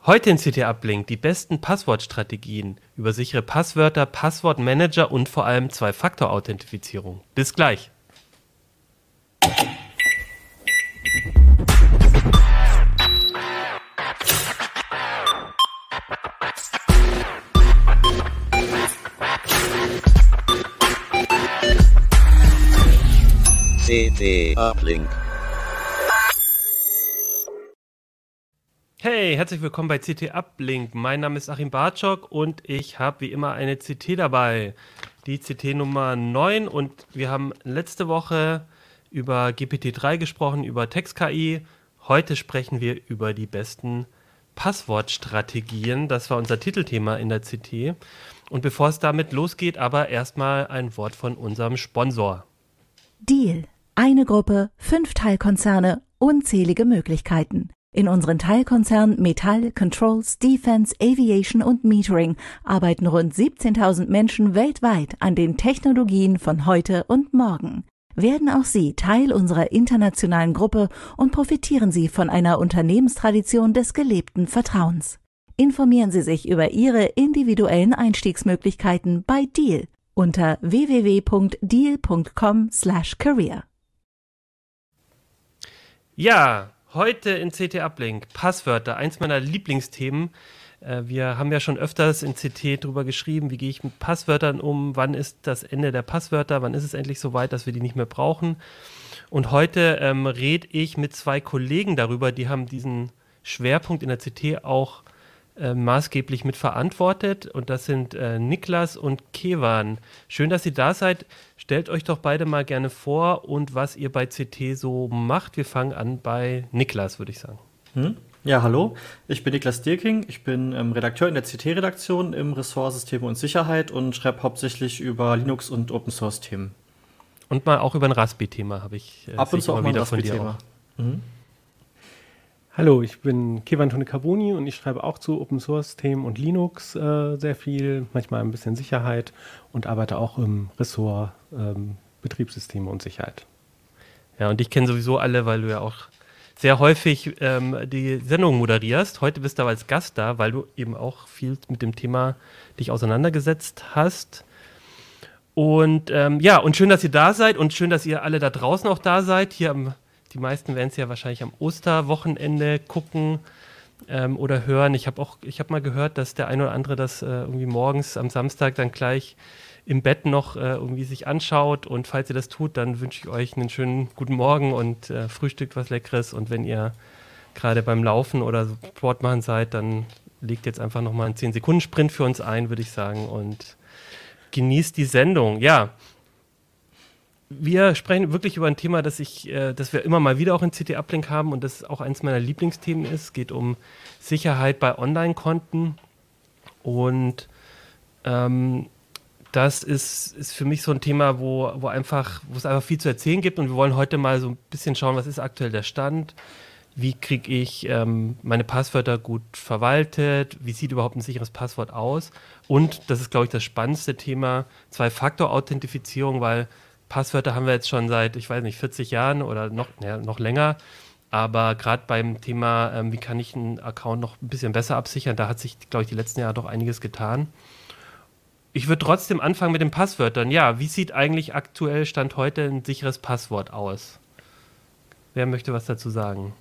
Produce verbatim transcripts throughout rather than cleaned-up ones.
Heute in C T Uplink die besten Passwortstrategien über sichere Passwörter, Passwortmanager und vor allem Zwei-Faktor-Authentifizierung. Bis gleich. C T Uplink. Hey, herzlich willkommen bei C T Uplink. Mein Name ist Achim Bartschok und ich habe wie immer eine C T dabei. Die C T Nummer neun, und wir haben letzte Woche über G P T drei gesprochen, über Text-K I. Heute sprechen wir über die besten Passwortstrategien. Das war unser Titelthema in der C T. Und bevor es damit losgeht, aber erstmal ein Wort von unserem Sponsor. Deel. Eine Gruppe, fünf Teilkonzerne, unzählige Möglichkeiten. In unseren Teilkonzernen Metall, Controls, Defense, Aviation und Metering arbeiten rund siebzehntausend Menschen weltweit an den Technologien von heute und morgen. Werden auch Sie Teil unserer internationalen Gruppe und profitieren Sie von einer Unternehmenstradition des gelebten Vertrauens. Informieren Sie sich über Ihre individuellen Einstiegsmöglichkeiten bei Deel unter w w w punkt deel punkt com slash career. Ja, heute in C T Uplink Passwörter, eins meiner Lieblingsthemen. Äh, wir haben ja schon öfters in C T drüber geschrieben, wie gehe ich mit Passwörtern um, wann ist das Ende der Passwörter, wann ist es endlich so weit, dass wir die nicht mehr brauchen. Und heute ähm, rede ich mit zwei Kollegen darüber, die haben diesen Schwerpunkt in der C T auch äh, maßgeblich mitverantwortet. Und das sind äh, Niklas und Kevan. Schön, dass ihr da seid. Stellt euch doch beide mal gerne vor und was ihr bei C T so macht. Wir fangen an bei Niklas, würde ich sagen. Hm? Ja, hallo. Ich bin Niklas Dirking. Ich bin ähm, Redakteur in der C T-Redaktion im Ressort Systeme und Sicherheit und schreibe hauptsächlich über Linux- und Open-Source-Themen. Und mal auch über ein Raspi-Thema habe ich äh, Ab und zu auch mal ein wieder von dir Raspi-Thema. Mhm. Hallo, ich bin Kevan Tone-Carboni und ich schreibe auch zu Open-Source-Themen und Linux äh, sehr viel, manchmal ein bisschen Sicherheit und arbeite auch im Ressort ähm, Betriebssysteme und Sicherheit. Ja, und ich kenne sowieso alle, weil du ja auch sehr häufig ähm, die Sendung moderierst. Heute bist du aber als Gast da, weil du eben auch viel mit dem Thema dich auseinandergesetzt hast. Und ähm, ja, und schön, dass ihr da seid und schön, dass ihr alle da draußen auch da seid. Hier am Die meisten werden es ja wahrscheinlich am Osterwochenende gucken ähm, oder hören. Ich habe auch, ich habe mal gehört, dass der ein oder andere das äh, irgendwie morgens am Samstag dann gleich im Bett noch äh, irgendwie sich anschaut. Und falls ihr das tut, dann wünsche ich euch einen schönen guten Morgen und äh, frühstückt was Leckeres. Und wenn ihr gerade beim Laufen oder Sport machen seid, dann legt jetzt einfach nochmal einen zehn Sekunden Sprint für uns ein, würde ich sagen. Und genießt die Sendung. Ja. Wir sprechen wirklich über ein Thema, das ich, äh, das wir immer mal wieder auch in C T Uplink haben und das auch eins meiner Lieblingsthemen ist. Es geht um Sicherheit bei Online-Konten und ähm, das ist, ist für mich so ein Thema, wo, wo einfach, wo es einfach viel zu erzählen gibt, und wir wollen heute mal so ein bisschen schauen, was ist aktuell der Stand, wie kriege ich ähm, meine Passwörter gut verwaltet, wie sieht überhaupt ein sicheres Passwort aus, und das ist, glaube ich, das spannendste Thema, Zwei-Faktor-Authentifizierung, weil Passwörter haben wir jetzt schon seit, ich weiß nicht, vierzig Jahren oder noch, ja, noch länger. Aber gerade beim Thema, ähm, wie kann ich einen Account noch ein bisschen besser absichern, da hat sich, glaube ich, die letzten Jahre doch einiges getan. Ich würde trotzdem anfangen mit den Passwörtern. Ja, wie sieht eigentlich aktuell, Stand heute, ein sicheres Passwort aus? Wer möchte was dazu sagen?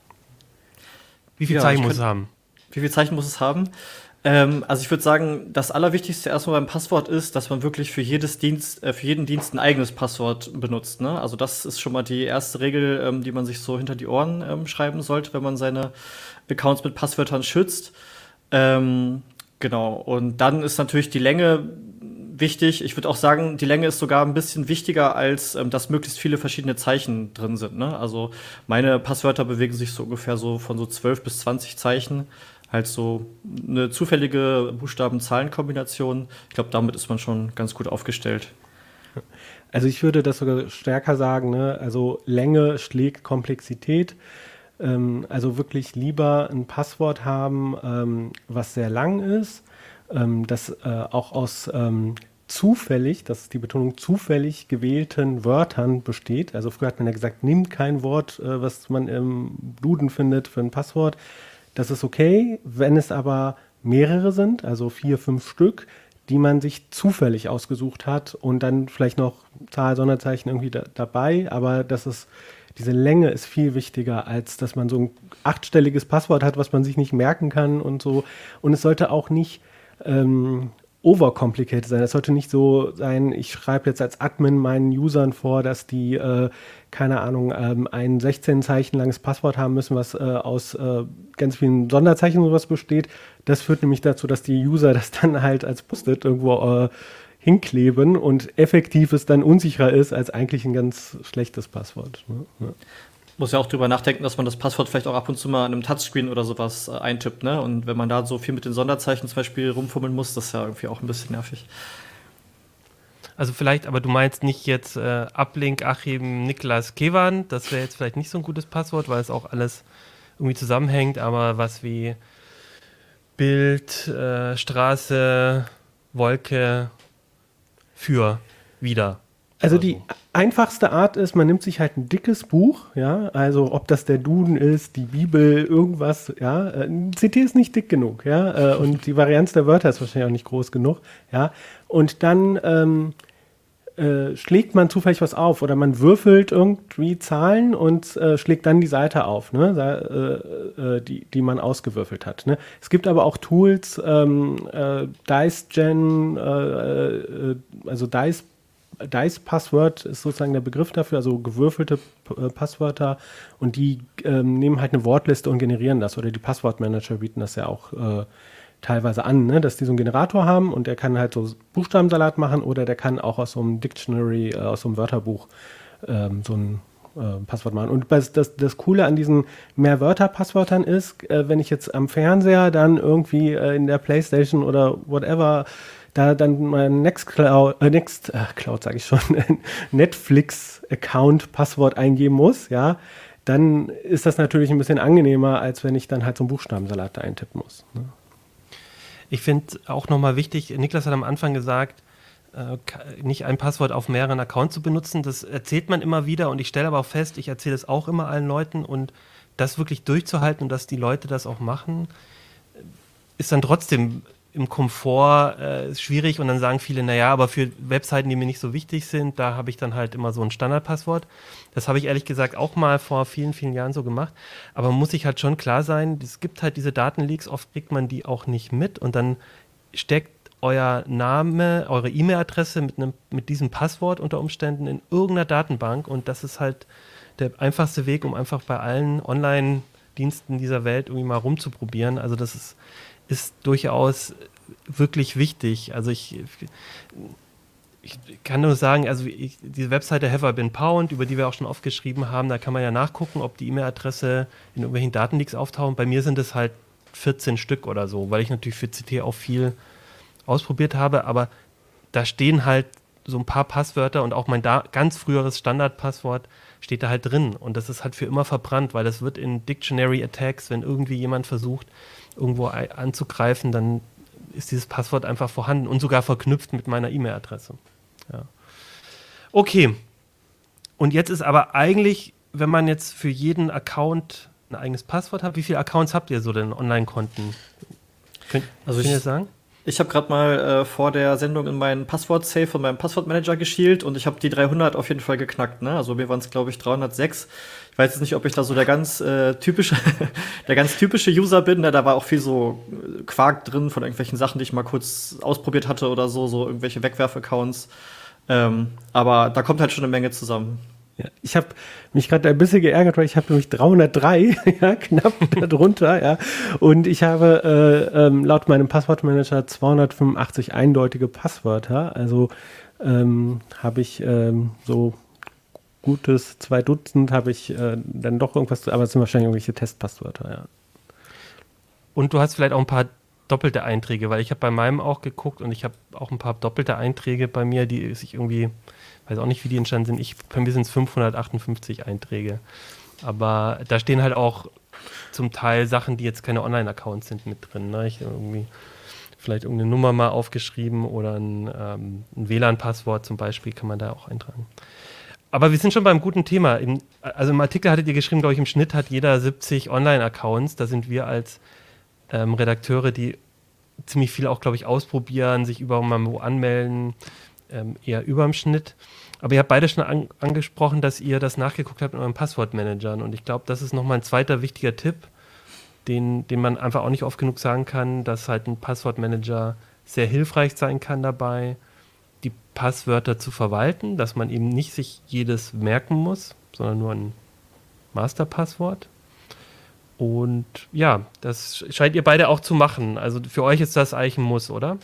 Wie viel Ja, Zeichen ich muss es könnt- haben? Wie viele Zeichen muss es haben? Ähm, also ich würde sagen, das Allerwichtigste erstmal beim Passwort ist, dass man wirklich für jedes Dienst, äh, für jeden Dienst ein eigenes Passwort benutzt. Ne? Also das ist schon mal die erste Regel, ähm, die man sich so hinter die Ohren ähm, schreiben sollte, wenn man seine Accounts mit Passwörtern schützt. Ähm, genau. Und dann ist natürlich die Länge wichtig. Ich würde auch sagen, die Länge ist sogar ein bisschen wichtiger, als ähm, dass möglichst viele verschiedene Zeichen drin sind. Ne? Also meine Passwörter bewegen sich so ungefähr so von so zwölf bis zwanzig Zeichen. Halt so eine zufällige Buchstaben-Zahlen-Kombination. Ich glaube, damit ist man schon ganz gut aufgestellt. Also ich würde das sogar stärker sagen, ne? Also Länge schlägt Komplexität. Ähm, also wirklich lieber ein Passwort haben, ähm, was sehr lang ist, ähm, das äh, auch aus ähm, zufällig, das ist die Betonung, zufällig gewählten Wörtern besteht. Also früher hat man ja gesagt, nimm kein Wort, äh, was man im Duden findet für ein Passwort. Das ist okay, wenn es aber mehrere sind, also vier, fünf Stück, die man sich zufällig ausgesucht hat und dann vielleicht noch Zahl, Sonderzeichen irgendwie da, dabei, aber das ist, diese Länge ist viel wichtiger, als dass man so ein achtstelliges Passwort hat, was man sich nicht merken kann und so. Und es sollte auch nicht ähm, overcomplicated sein. Es sollte nicht so sein, ich schreibe jetzt als Admin meinen Usern vor, dass die, äh, keine Ahnung, ähm, ein sechzehn Zeichen langes Passwort haben müssen, was äh, aus äh, ganz vielen Sonderzeichen und sowas besteht. Das führt nämlich dazu, dass die User das dann halt als Post-it irgendwo äh, hinkleben und effektiv es dann unsicherer ist als eigentlich ein ganz schlechtes Passwort. Ne? Ja. Muss ja auch drüber nachdenken, dass man das Passwort vielleicht auch ab und zu mal an einem Touchscreen oder sowas äh, eintippt, ne? Und wenn man da so viel mit den Sonderzeichen zum Beispiel rumfummeln muss, das ist ja irgendwie auch ein bisschen nervig. Also vielleicht, aber du meinst nicht jetzt äh, Uplink Achim Niklas Kevan, das wäre jetzt vielleicht nicht so ein gutes Passwort, weil es auch alles irgendwie zusammenhängt, aber was wie Bild, äh, Straße, Wolke, für, wieder. Also die einfachste Art ist, man nimmt sich halt ein dickes Buch, ja, also ob das der Duden ist, die Bibel, irgendwas, ja, ein C T ist nicht dick genug, ja, und die Varianz der Wörter ist wahrscheinlich auch nicht groß genug, ja, und dann ähm, äh, schlägt man zufällig was auf oder man würfelt irgendwie Zahlen und äh, schlägt dann die Seite auf, ne, äh, äh, die, die man ausgewürfelt hat, ne. Es gibt aber auch Tools, ähm, äh, DiceGen, äh, äh, also Dice Dice-Password ist sozusagen der Begriff dafür, also gewürfelte P- Passwörter und die ähm, nehmen halt eine Wortliste und generieren das oder die Passwortmanager bieten das ja auch äh, teilweise an, ne? Dass die so einen Generator haben und der kann halt so Buchstabensalat machen oder der kann auch aus so einem Dictionary, äh, aus so einem Wörterbuch ähm, so ein äh, Passwort machen. Und das, das, das Coole an diesen Mehrwörter-Passwörtern ist, äh, wenn ich jetzt am Fernseher dann irgendwie äh, in der Playstation oder whatever da dann mein Nextcloud, äh, Next, äh, Cloud sage ich schon, Netflix-Account Passwort eingeben muss, ja, dann ist das natürlich ein bisschen angenehmer, als wenn ich dann halt so einen Buchstabensalat da eintippen muss. Ne? Ich finde auch nochmal wichtig, Niklas hat am Anfang gesagt, äh, nicht ein Passwort auf mehreren Accounts zu benutzen, das erzählt man immer wieder und ich stelle aber auch fest, ich erzähle es auch immer allen Leuten und das wirklich durchzuhalten und dass die Leute das auch machen, ist dann trotzdem im Komfort äh, schwierig und dann sagen viele, naja, aber für Webseiten, die mir nicht so wichtig sind, da habe ich dann halt immer so ein Standardpasswort. Das habe ich ehrlich gesagt auch mal vor vielen, vielen Jahren so gemacht. Aber muss sich halt schon klar sein, es gibt halt diese Datenleaks, oft kriegt man die auch nicht mit und dann steckt euer Name, eure E-Mail-Adresse mit, einem, mit diesem Passwort unter Umständen in irgendeiner Datenbank und das ist halt der einfachste Weg, um einfach bei allen Online-Diensten dieser Welt irgendwie mal rumzuprobieren. Also das ist ist durchaus wirklich wichtig. Also ich, ich kann nur sagen, also ich, diese Webseite Have I Been Pwned, über die wir auch schon oft geschrieben haben, da kann man ja nachgucken, ob die E-Mail-Adresse in irgendwelchen Datenleaks auftauchen. Bei mir sind es halt vierzehn Stück oder so, weil ich natürlich für C T auch viel ausprobiert habe, aber da stehen halt so ein paar Passwörter und auch mein da- ganz früheres Standardpasswort steht da halt drin und das ist halt für immer verbrannt, weil das wird in Dictionary-Attacks, wenn irgendwie jemand versucht, irgendwo anzugreifen, dann ist dieses Passwort einfach vorhanden und sogar verknüpft mit meiner E-Mail-Adresse. Ja. Okay. Und jetzt ist aber eigentlich, wenn man jetzt für jeden Account ein eigenes Passwort hat, wie viele Accounts habt ihr so denn, Online-Konten? Könnt, also könnt ich, ihr das sagen? Ich habe gerade mal äh, vor der Sendung in meinen Passwort-Safe von meinem Passwortmanager geschielt und ich habe die dreihundert auf jeden Fall geknackt. Ne? Also mir waren es, glaube ich, dreihundertsechs. Ich weiß jetzt nicht, ob ich da so der ganz äh, typische, der ganz typische User bin. Ne? Da war auch viel so Quark drin von irgendwelchen Sachen, die ich mal kurz ausprobiert hatte oder so, so irgendwelche Wegwerf-Accounts. Ähm, aber da kommt halt schon eine Menge zusammen. Ja, ich habe mich gerade ein bisschen geärgert, weil ich habe nämlich dreihundertdrei, ja, knapp darunter, ja. Und ich habe äh, ähm, laut meinem Passwortmanager zweihundertfünfundachtzig eindeutige Passwörter. Also ähm, habe ich ähm, so gutes zwei Dutzend, habe ich äh, dann doch irgendwas, aber es sind wahrscheinlich irgendwelche Testpasswörter, ja. Und du hast vielleicht auch ein paar doppelte Einträge, weil ich habe bei meinem auch geguckt und ich habe auch ein paar doppelte Einträge bei mir, die sich irgendwie, weiß auch nicht, wie die entstanden sind. Ich, bei mir sind es fünfhundertachtundfünfzig Einträge. Aber da stehen halt auch zum Teil Sachen, die jetzt keine Online-Accounts sind, mit drin. Ne? Ich irgendwie vielleicht irgendeine Nummer mal aufgeschrieben oder ein, ähm, ein W L A N-Passwort zum Beispiel kann man da auch eintragen. Aber wir sind schon beim guten Thema. Im, also im Artikel hattet ihr geschrieben, glaube ich, im Schnitt hat jeder siebzig Online-Accounts. Da sind wir als ähm, Redakteure, die ziemlich viel auch, glaube ich, ausprobieren, sich überall mal wo anmelden, ähm, eher über dem Schnitt. Aber ihr habt beide schon an, angesprochen, dass ihr das nachgeguckt habt in euren Passwortmanagern. Und ich glaube, das ist nochmal ein zweiter wichtiger Tipp, den, den man einfach auch nicht oft genug sagen kann, dass halt ein Passwortmanager sehr hilfreich sein kann dabei, die Passwörter zu verwalten, dass man eben nicht sich jedes merken muss, sondern nur ein Masterpasswort. Und ja, das scheint ihr beide auch zu machen. Also für euch ist das eigentlich ein Muss, oder?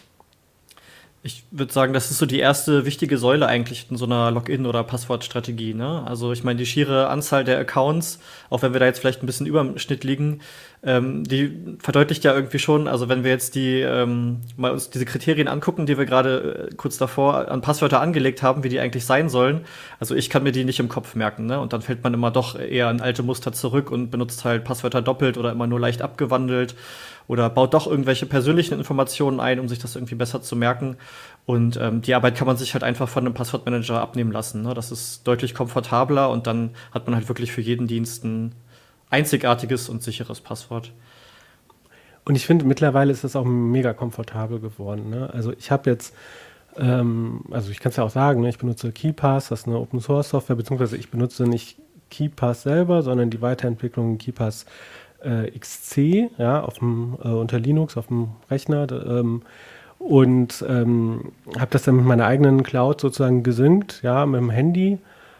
Ich würde sagen, das ist so die erste wichtige Säule eigentlich in so einer Login- oder Passwortstrategie, ne? Also ich meine, die schiere Anzahl der Accounts, auch wenn wir da jetzt vielleicht ein bisschen über dem Schnitt liegen, ähm, die verdeutlicht ja irgendwie schon, also wenn wir jetzt die ähm, mal uns diese Kriterien angucken, die wir gerade äh, kurz davor an Passwörter angelegt haben, wie die eigentlich sein sollen, also ich kann mir die nicht im Kopf merken, ne? Und dann fällt man immer doch eher an alte Muster zurück und benutzt halt Passwörter doppelt oder immer nur leicht abgewandelt. Oder baut doch irgendwelche persönlichen Informationen ein, um sich das irgendwie besser zu merken. Und ähm, die Arbeit kann man sich halt einfach von einem Passwortmanager abnehmen lassen, ne? Das ist deutlich komfortabler und dann hat man halt wirklich für jeden Dienst ein einzigartiges und sicheres Passwort. Und ich finde, mittlerweile ist das auch mega komfortabel geworden, ne? Also ich habe jetzt, ähm, also ich kann es ja auch sagen, ne? Ich benutze KeePass, das ist eine Open-Source-Software, beziehungsweise ich benutze nicht KeePass selber, sondern die Weiterentwicklung KeePass Äh, X C, ja, auf dem, äh, unter Linux, auf dem Rechner, ähm, und ähm, habe das dann mit meiner eigenen Cloud sozusagen gesynkt, ja, mit dem Handy,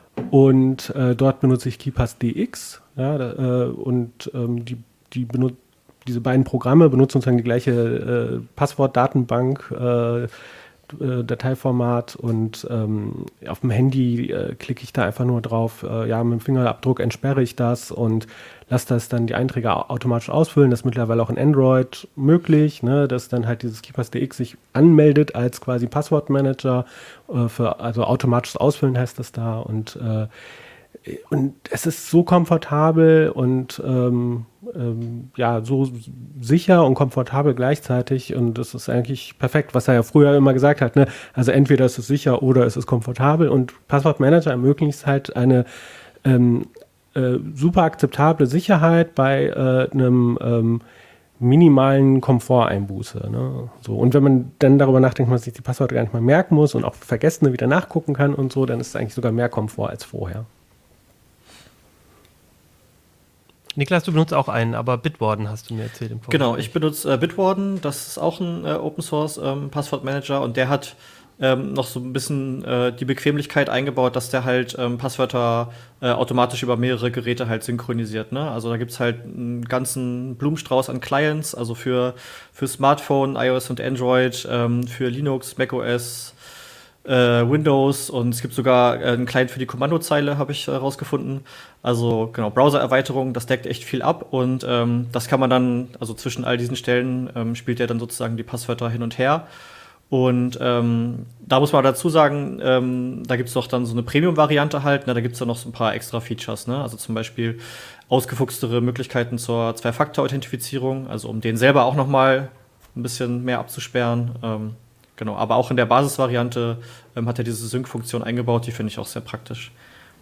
und äh, dort benutze ich KeePass D X, ja, da, äh, und ähm, die, die benut- diese beiden Programme benutzen sozusagen die gleiche äh, Passwortdatenbank, äh, Dateiformat, und ähm, auf dem Handy äh, klicke ich da einfach nur drauf, äh, ja, mit dem Fingerabdruck entsperre ich das und lasse das dann die Einträge automatisch ausfüllen. Das ist mittlerweile auch in Android möglich, ne, dass dann halt dieses KeePass D X sich anmeldet als quasi Passwortmanager, äh, für, also automatisches Ausfüllen heißt das da, und äh, und es ist so komfortabel und ähm, ähm, ja, so sicher und komfortabel gleichzeitig, und das ist eigentlich perfekt, was er ja früher immer gesagt hat, ne? Also entweder ist es sicher oder es ist komfortabel, und Passwortmanager ermöglicht halt eine ähm, äh, super akzeptable Sicherheit bei äh, einem ähm, minimalen Komforteinbuße, ne? So, und wenn man dann darüber nachdenkt, dass man sich die Passwörter gar nicht mal merken muss und auch Vergessene wieder nachgucken kann und so, dann ist es eigentlich sogar mehr Komfort als vorher. Niklas, du benutzt auch einen, aber Bitwarden hast du mir erzählt im Vorfeld. Genau, ich benutze äh, Bitwarden, das ist auch ein äh, Open-Source-Passwortmanager, ähm, und der hat ähm, noch so ein bisschen äh, die Bequemlichkeit eingebaut, dass der halt ähm, Passwörter äh, automatisch über mehrere Geräte halt synchronisiert, ne? Also da gibt's halt einen ganzen Blumenstrauß an Clients, also für, für Smartphone, iOS und Android, ähm, für Linux, macOS, Äh, Windows, und es gibt sogar äh, einen Client für die Kommandozeile, habe ich herausgefunden. Äh, also genau, Browser-Erweiterung, das deckt echt viel ab, und ähm, das kann man dann, also zwischen all diesen Stellen ähm, spielt er dann sozusagen die Passwörter hin und her. Und ähm, da muss man dazu sagen, ähm, da gibt es doch dann so eine Premium-Variante halt, ne? Da gibt es dann noch so ein paar extra Features, ne? Also zum Beispiel ausgefuchstere Möglichkeiten zur Zwei-Faktor-Authentifizierung, also um den selber auch noch mal ein bisschen mehr abzusperren. Ähm, Genau, aber auch in der Basisvariante ähm, hat er diese Sync-Funktion eingebaut, die finde ich auch sehr praktisch.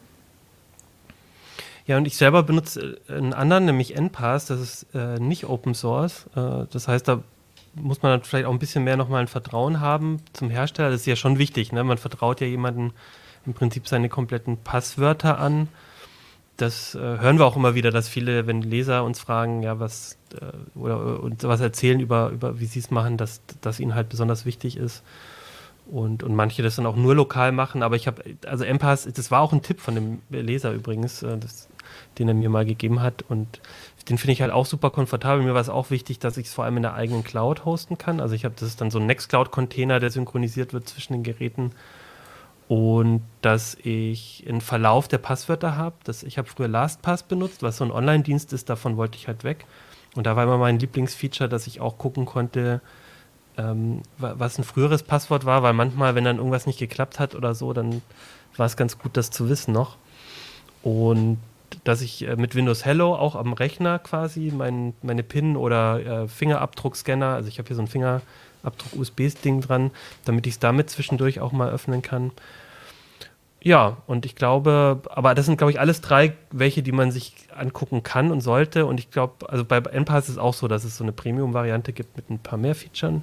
Ja, und ich selber benutze einen anderen, nämlich N Pass, das ist äh, nicht Open Source. Äh, das heißt, da muss man dann vielleicht auch ein bisschen mehr nochmal ein Vertrauen haben zum Hersteller. Das ist ja schon wichtig, ne? Man vertraut ja jemandem im Prinzip seine kompletten Passwörter an. Das äh, hören wir auch immer wieder, dass viele, wenn Leser uns fragen, ja, was äh, oder und was erzählen über, über wie sie es machen, dass das ihnen halt besonders wichtig ist. Und, und manche das dann auch nur lokal machen. Aber ich habe, also N Pass, das war auch ein Tipp von dem Leser übrigens, äh, das, den er mir mal gegeben hat. Und den finde ich halt auch super komfortabel. Mir war es auch wichtig, dass ich es vor allem in der eigenen Cloud hosten kann. Also ich habe, das ist dann so ein Nextcloud-Container, der synchronisiert wird zwischen den Geräten. Und dass ich einen Verlauf der Passwörter habe. Ich habe früher LastPass benutzt, was so ein Online-Dienst ist, davon wollte ich halt weg. Und da war immer mein Lieblingsfeature, dass ich auch gucken konnte, ähm, was ein früheres Passwort war, weil manchmal, wenn dann irgendwas nicht geklappt hat oder so, dann war es ganz gut, das zu wissen noch. Und dass ich äh, mit Windows Hello auch am Rechner quasi mein, meine PIN oder äh, Fingerabdruckscanner, also ich habe hier so ein Fingerabdruck-U S B-Ding dran, damit ich es damit zwischendurch auch mal öffnen kann. Ja, und ich glaube, aber das sind, glaube ich, alles drei, welche, die man sich angucken kann und sollte. Und ich glaube, also bei N P A S ist es auch so, dass es so eine Premium-Variante gibt mit ein paar mehr Features.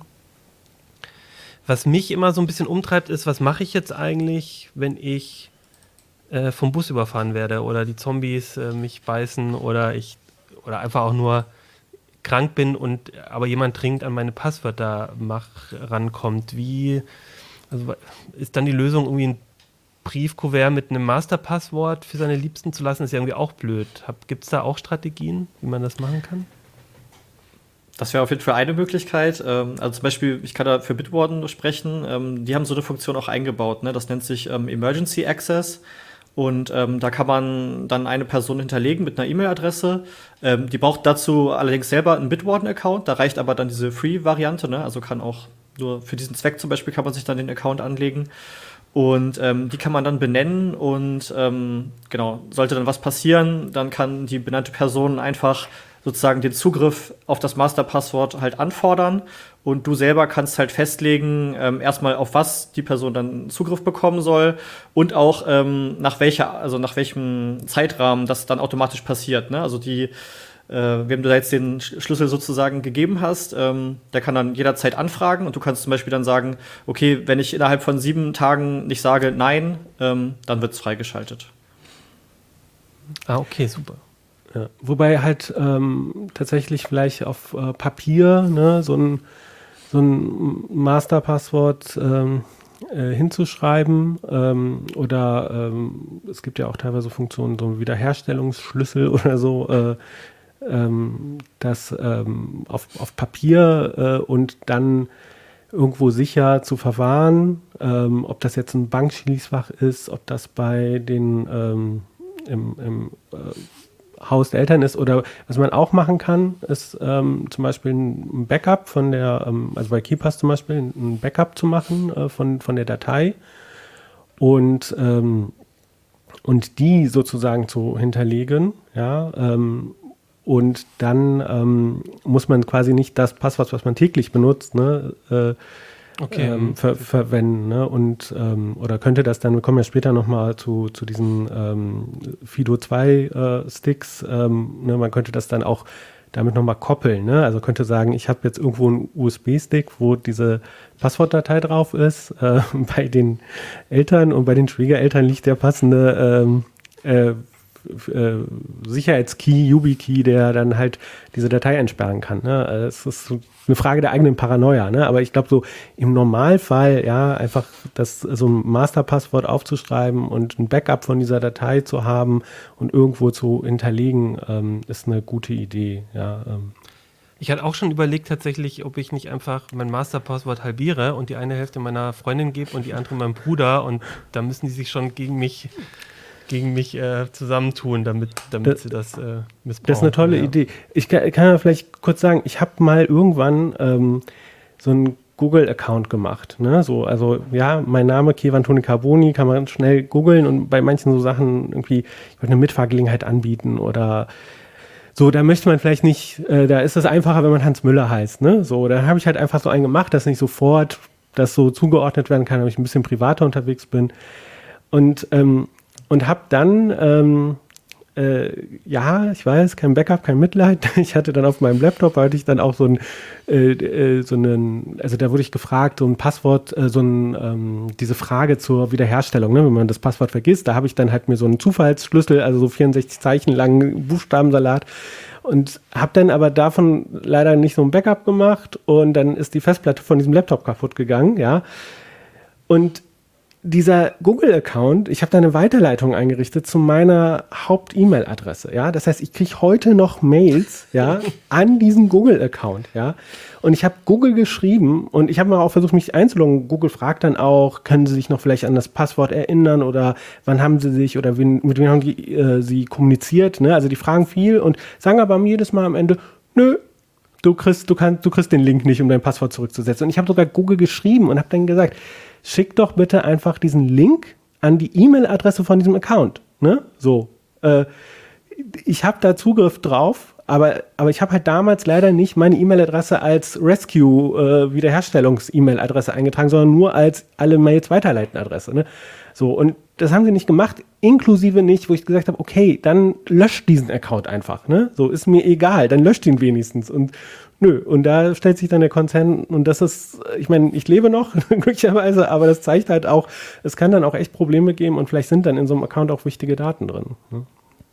Was mich immer so ein bisschen umtreibt, ist, was mache ich jetzt eigentlich, wenn ich äh, vom Bus überfahren werde oder die Zombies äh, mich beißen oder ich oder einfach auch nur krank bin und aber jemand dringend an meine Passwörter mach, rankommt. Wie, also ist dann die Lösung irgendwie ein Briefkuvert mit einem Masterpasswort für seine Liebsten zu lassen, ist ja irgendwie auch blöd. Gibt es da auch Strategien, wie man das machen kann? Das wäre auf jeden Fall eine Möglichkeit. Ähm, also zum Beispiel, ich kann da für Bitwarden sprechen, ähm, die haben so eine Funktion auch eingebaut. Ne? Das nennt sich ähm, Emergency Access. Und ähm, da kann man dann eine Person hinterlegen mit einer E-Mail-Adresse. Ähm, die braucht dazu allerdings selber einen Bitwarden-Account. Da reicht aber dann diese Free-Variante. Ne? Also kann auch nur für diesen Zweck zum Beispiel kann man sich dann den Account anlegen. Und ähm, die kann man dann benennen und ähm, genau, sollte dann was passieren, dann kann die benannte Person einfach sozusagen den Zugriff auf das Masterpasswort halt anfordern und du selber kannst halt festlegen, ähm, erstmal auf was die Person dann Zugriff bekommen soll und auch ähm, nach welcher, also nach welchem Zeitrahmen das dann automatisch passiert, ne? Also die Äh, wem du da jetzt den Schlüssel sozusagen gegeben hast, ähm, der kann dann jederzeit anfragen und du kannst zum Beispiel dann sagen, okay, wenn ich innerhalb von sieben Tagen nicht sage nein, ähm, dann wird es freigeschaltet. Ah, okay, super. Ja. Wobei halt ähm, tatsächlich vielleicht auf äh, Papier ne, so ein, so ein Masterpasswort ähm, äh, hinzuschreiben ähm, oder ähm, es gibt ja auch teilweise Funktionen, so ein Wiederherstellungsschlüssel oder so, äh, ähm, das ähm, auf, auf Papier äh, und dann irgendwo sicher zu verwahren, ähm, ob das jetzt ein Bankschließfach ist, ob das bei den ähm, im, im äh, Haus der Eltern ist oder was man auch machen kann, ist ähm, zum Beispiel ein Backup von der, ähm, also bei KeePass zum Beispiel, ein Backup zu machen äh, von, von der Datei und, ähm, und die sozusagen zu hinterlegen, ja, ähm, und dann ähm, muss man quasi nicht das Passwort, was man täglich benutzt, ne, äh, okay. ähm, ver- verwenden. Ne? Und, ähm, oder könnte das dann, wir kommen ja später nochmal zu, zu diesen ähm, Fido zwei äh, Sticks, ähm, ne? Man könnte das dann auch damit nochmal koppeln. Ne? Also könnte sagen, ich habe jetzt irgendwo einen U S B-Stick, wo diese Passwortdatei drauf ist. Äh, bei den Eltern und bei den Schwiegereltern liegt der passende ähm, äh, Äh, Sicherheitskey, YubiKey, der dann halt diese Datei entsperren kann. Ne? Es ist so eine Frage der eigenen Paranoia. Ne? Aber ich glaube, so im Normalfall, ja, einfach das, so ein Masterpasswort aufzuschreiben und ein Backup von dieser Datei zu haben und irgendwo zu hinterlegen, ähm, ist eine gute Idee. Ja, ähm. Ich hatte auch schon überlegt tatsächlich, ob ich nicht einfach mein Masterpasswort halbiere und die eine Hälfte meiner Freundin gebe und die andere meinem Bruder und da müssen die sich schon gegen mich gegen mich äh, zusammentun, damit, damit das, sie das äh, missbrauchen. Das ist eine tolle ja. Idee. Ich kann, kann ja vielleicht kurz sagen, ich habe mal irgendwann ähm, so einen Google-Account gemacht. Ne? So, also ja, mein Name Kevan Toni Carboni, kann man schnell googeln und bei manchen so Sachen irgendwie, ich wollte eine Mitfahrgelegenheit anbieten oder so, da möchte man vielleicht nicht, äh, da ist es einfacher, wenn man Hans Müller heißt. Ne? So, dann habe ich halt einfach so einen gemacht, dass nicht sofort das so zugeordnet werden kann, wenn ich ein bisschen privater unterwegs bin. Und ähm, Und habe dann, ähm, äh, ja, ich weiß, kein Backup, kein Mitleid. Ich hatte dann auf meinem Laptop, hatte ich dann auch so ein, äh, äh, so einen, also da wurde ich gefragt, so ein Passwort, äh, so ein, ähm, diese Frage zur Wiederherstellung, ne, wenn man das Passwort vergisst, da habe ich dann halt mir so einen Zufallsschlüssel, also so vierundsechzig Zeichen langen Buchstabensalat und habe dann aber davon leider nicht so ein Backup gemacht und dann ist die Festplatte von diesem Laptop kaputt gegangen, ja. Und dieser Google-Account, ich habe da eine Weiterleitung eingerichtet zu meiner Haupt-E-Mail-Adresse, ja. Das heißt, ich kriege heute noch Mails, ja, an diesen Google-Account, ja. Und ich habe Google geschrieben und ich habe mal auch versucht, mich einzuloggen. Google fragt dann auch, können Sie sich noch vielleicht an das Passwort erinnern oder wann haben Sie sich oder wen, mit wem haben die, äh, Sie kommuniziert, ne? Also die fragen viel und sagen aber jedes Mal am Ende, nö, du kriegst, du kannst, du kriegst den Link nicht, um dein Passwort zurückzusetzen. Und ich habe sogar Google geschrieben und habe dann gesagt, schick doch bitte einfach diesen Link an die E-Mail-Adresse von diesem Account. Ne? So. Äh, ich habe da Zugriff drauf, aber, aber ich habe halt damals leider nicht meine E-Mail-Adresse als Rescue-Wiederherstellungs-E-Mail-Adresse eingetragen, sondern nur als alle Mails weiterleiten Adresse. Ne? So, und das haben sie nicht gemacht, inklusive nicht, wo ich gesagt habe, okay, dann löscht diesen Account einfach, ne? So, ist mir egal, dann löscht ihn wenigstens. Und nö, und da stellt sich dann der Konzern, und das ist, ich meine, ich lebe noch, glücklicherweise, aber das zeigt halt auch, es kann dann auch echt Probleme geben und vielleicht sind dann in so einem Account auch wichtige Daten drin. Ne?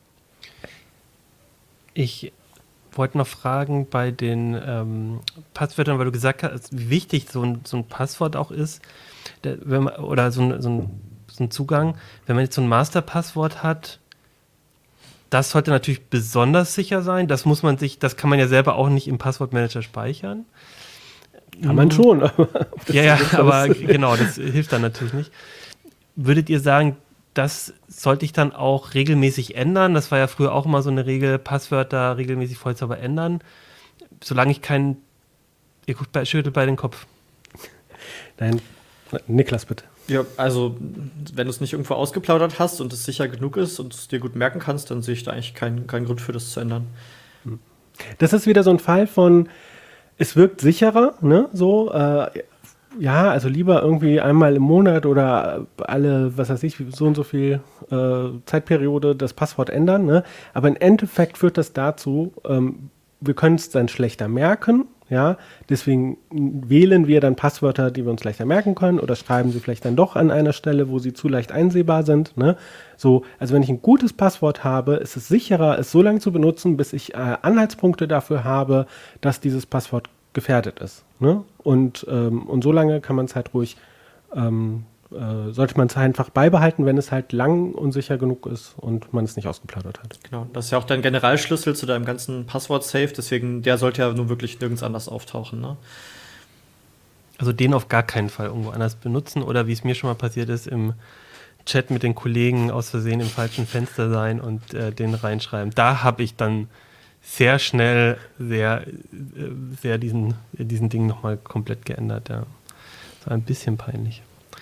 Ich wollte noch fragen bei den ähm, Passwörtern, weil du gesagt hast, wie wichtig so ein, so ein Passwort auch ist, der, wenn man, oder so ein, so, ein, so ein Zugang. Wenn man jetzt so ein Masterpasswort hat, das sollte natürlich besonders sicher sein. Das muss man sich, das kann man ja selber auch nicht im Passwortmanager speichern. Kann man schon. Aber ja, ja, aber genau, das hilft dann natürlich nicht. Würdet ihr sagen, das sollte ich dann auch regelmäßig ändern? Das war ja früher auch immer so eine Regel, Passwörter regelmäßig vollzauber ändern. Solange ich keinen, ihr guckt bei, schüttelt bei den Kopf. Nein, Niklas, bitte. Ja, also wenn du es nicht irgendwo ausgeplaudert hast und es sicher genug ist und es dir gut merken kannst, dann sehe ich da eigentlich keinen, keinen Grund für das zu ändern. Das ist wieder so ein Fall von, es wirkt sicherer, ne, so, äh, ja, also lieber irgendwie einmal im Monat oder alle, was weiß ich, so und so viel äh, Zeitperiode das Passwort ändern, ne? Aber im Endeffekt führt das dazu, ähm, wir können es dann schlechter merken, ja, deswegen wählen wir dann Passwörter, die wir uns leichter merken können oder schreiben sie vielleicht dann doch an einer Stelle, wo sie zu leicht einsehbar sind, ne? So, also wenn ich ein gutes Passwort habe, ist es sicherer, es so lange zu benutzen, bis ich äh, Anhaltspunkte dafür habe, dass dieses Passwort gefährdet ist, ne? Und, ähm, und so lange kann man es halt ruhig, ähm, äh, sollte man es einfach beibehalten, wenn es halt lang und sicher genug ist und man es nicht ausgeplaudert hat. Genau, das ist ja auch dein Generalschlüssel zu deinem ganzen Passwort-Safe, deswegen der sollte ja nun wirklich nirgends anders auftauchen, ne? Also den auf gar keinen Fall irgendwo anders benutzen oder wie es mir schon mal passiert ist, im Chat mit den Kollegen aus Versehen im falschen Fenster sein und äh, den reinschreiben. Da habe ich dann sehr schnell sehr, sehr diesen, diesen Ding nochmal komplett geändert, ja. Das war ein bisschen peinlich.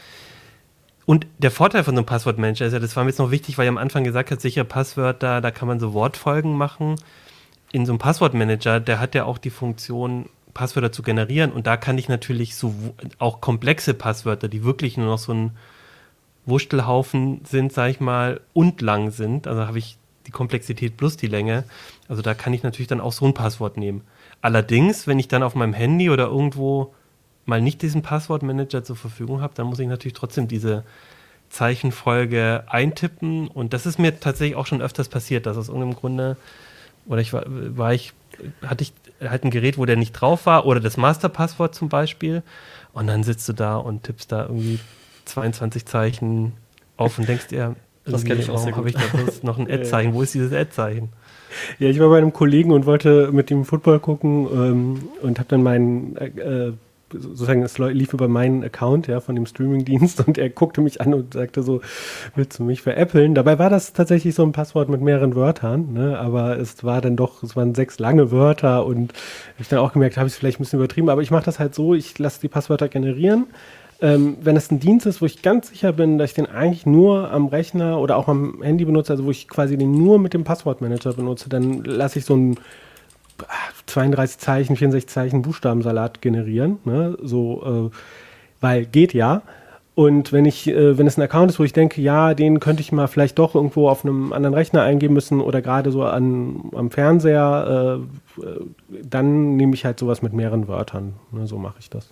Und der Vorteil von so einem Passwortmanager ist ja, das war mir jetzt noch wichtig, weil ich am Anfang gesagt habe, sichere Passwörter, da kann man so Wortfolgen machen. In so einem Passwortmanager, der hat ja auch die Funktion, Passwörter zu generieren und da kann ich natürlich so auch komplexe Passwörter, die wirklich nur noch so ein Wurstelhaufen sind, sag ich mal, und lang sind, also habe ich die Komplexität plus die Länge. Also da kann ich natürlich dann auch so ein Passwort nehmen. Allerdings, wenn ich dann auf meinem Handy oder irgendwo mal nicht diesen Passwortmanager zur Verfügung habe, dann muss ich natürlich trotzdem diese Zeichenfolge eintippen. Und das ist mir tatsächlich auch schon öfters passiert, dass aus irgendeinem Grunde, oder ich war, war ich, hatte ich halt ein Gerät, wo der nicht drauf war, oder das Masterpasswort zum Beispiel. Und dann sitzt du da und tippst da irgendwie zweiundzwanzig Zeichen auf und denkst dir, das kenne ich auch sehr warum habe ich da bloß noch ein Ad-Zeichen? Wo ist dieses Ad-Zeichen? Ja, ich war bei einem Kollegen und wollte mit ihm Football gucken ähm, und habe dann meinen, äh, sozusagen, es lief über meinen Account, ja, von dem Streamingdienst und er guckte mich an und sagte so, willst du mich veräppeln? Dabei war das tatsächlich so ein Passwort mit mehreren Wörtern, ne? Aber es war dann doch, es waren sechs lange Wörter und habe ich dann auch gemerkt, habe ich es vielleicht ein bisschen übertrieben, aber ich mache das halt so, ich lasse die Passwörter generieren. Ähm, wenn es ein Dienst ist, wo ich ganz sicher bin, dass ich den eigentlich nur am Rechner oder auch am Handy benutze, also wo ich quasi den nur mit dem Passwortmanager benutze, dann lasse ich so einen zweiunddreißig Zeichen, vierundsechzig Zeichen Buchstabensalat generieren, ne? So, äh, weil geht ja. Und wenn ich, äh, wenn es ein Account ist, wo ich denke, ja, den könnte ich mal vielleicht doch irgendwo auf einem anderen Rechner eingeben müssen oder gerade so an, am Fernseher, äh, dann nehme ich halt sowas mit mehreren Wörtern. Ne? So mache ich das.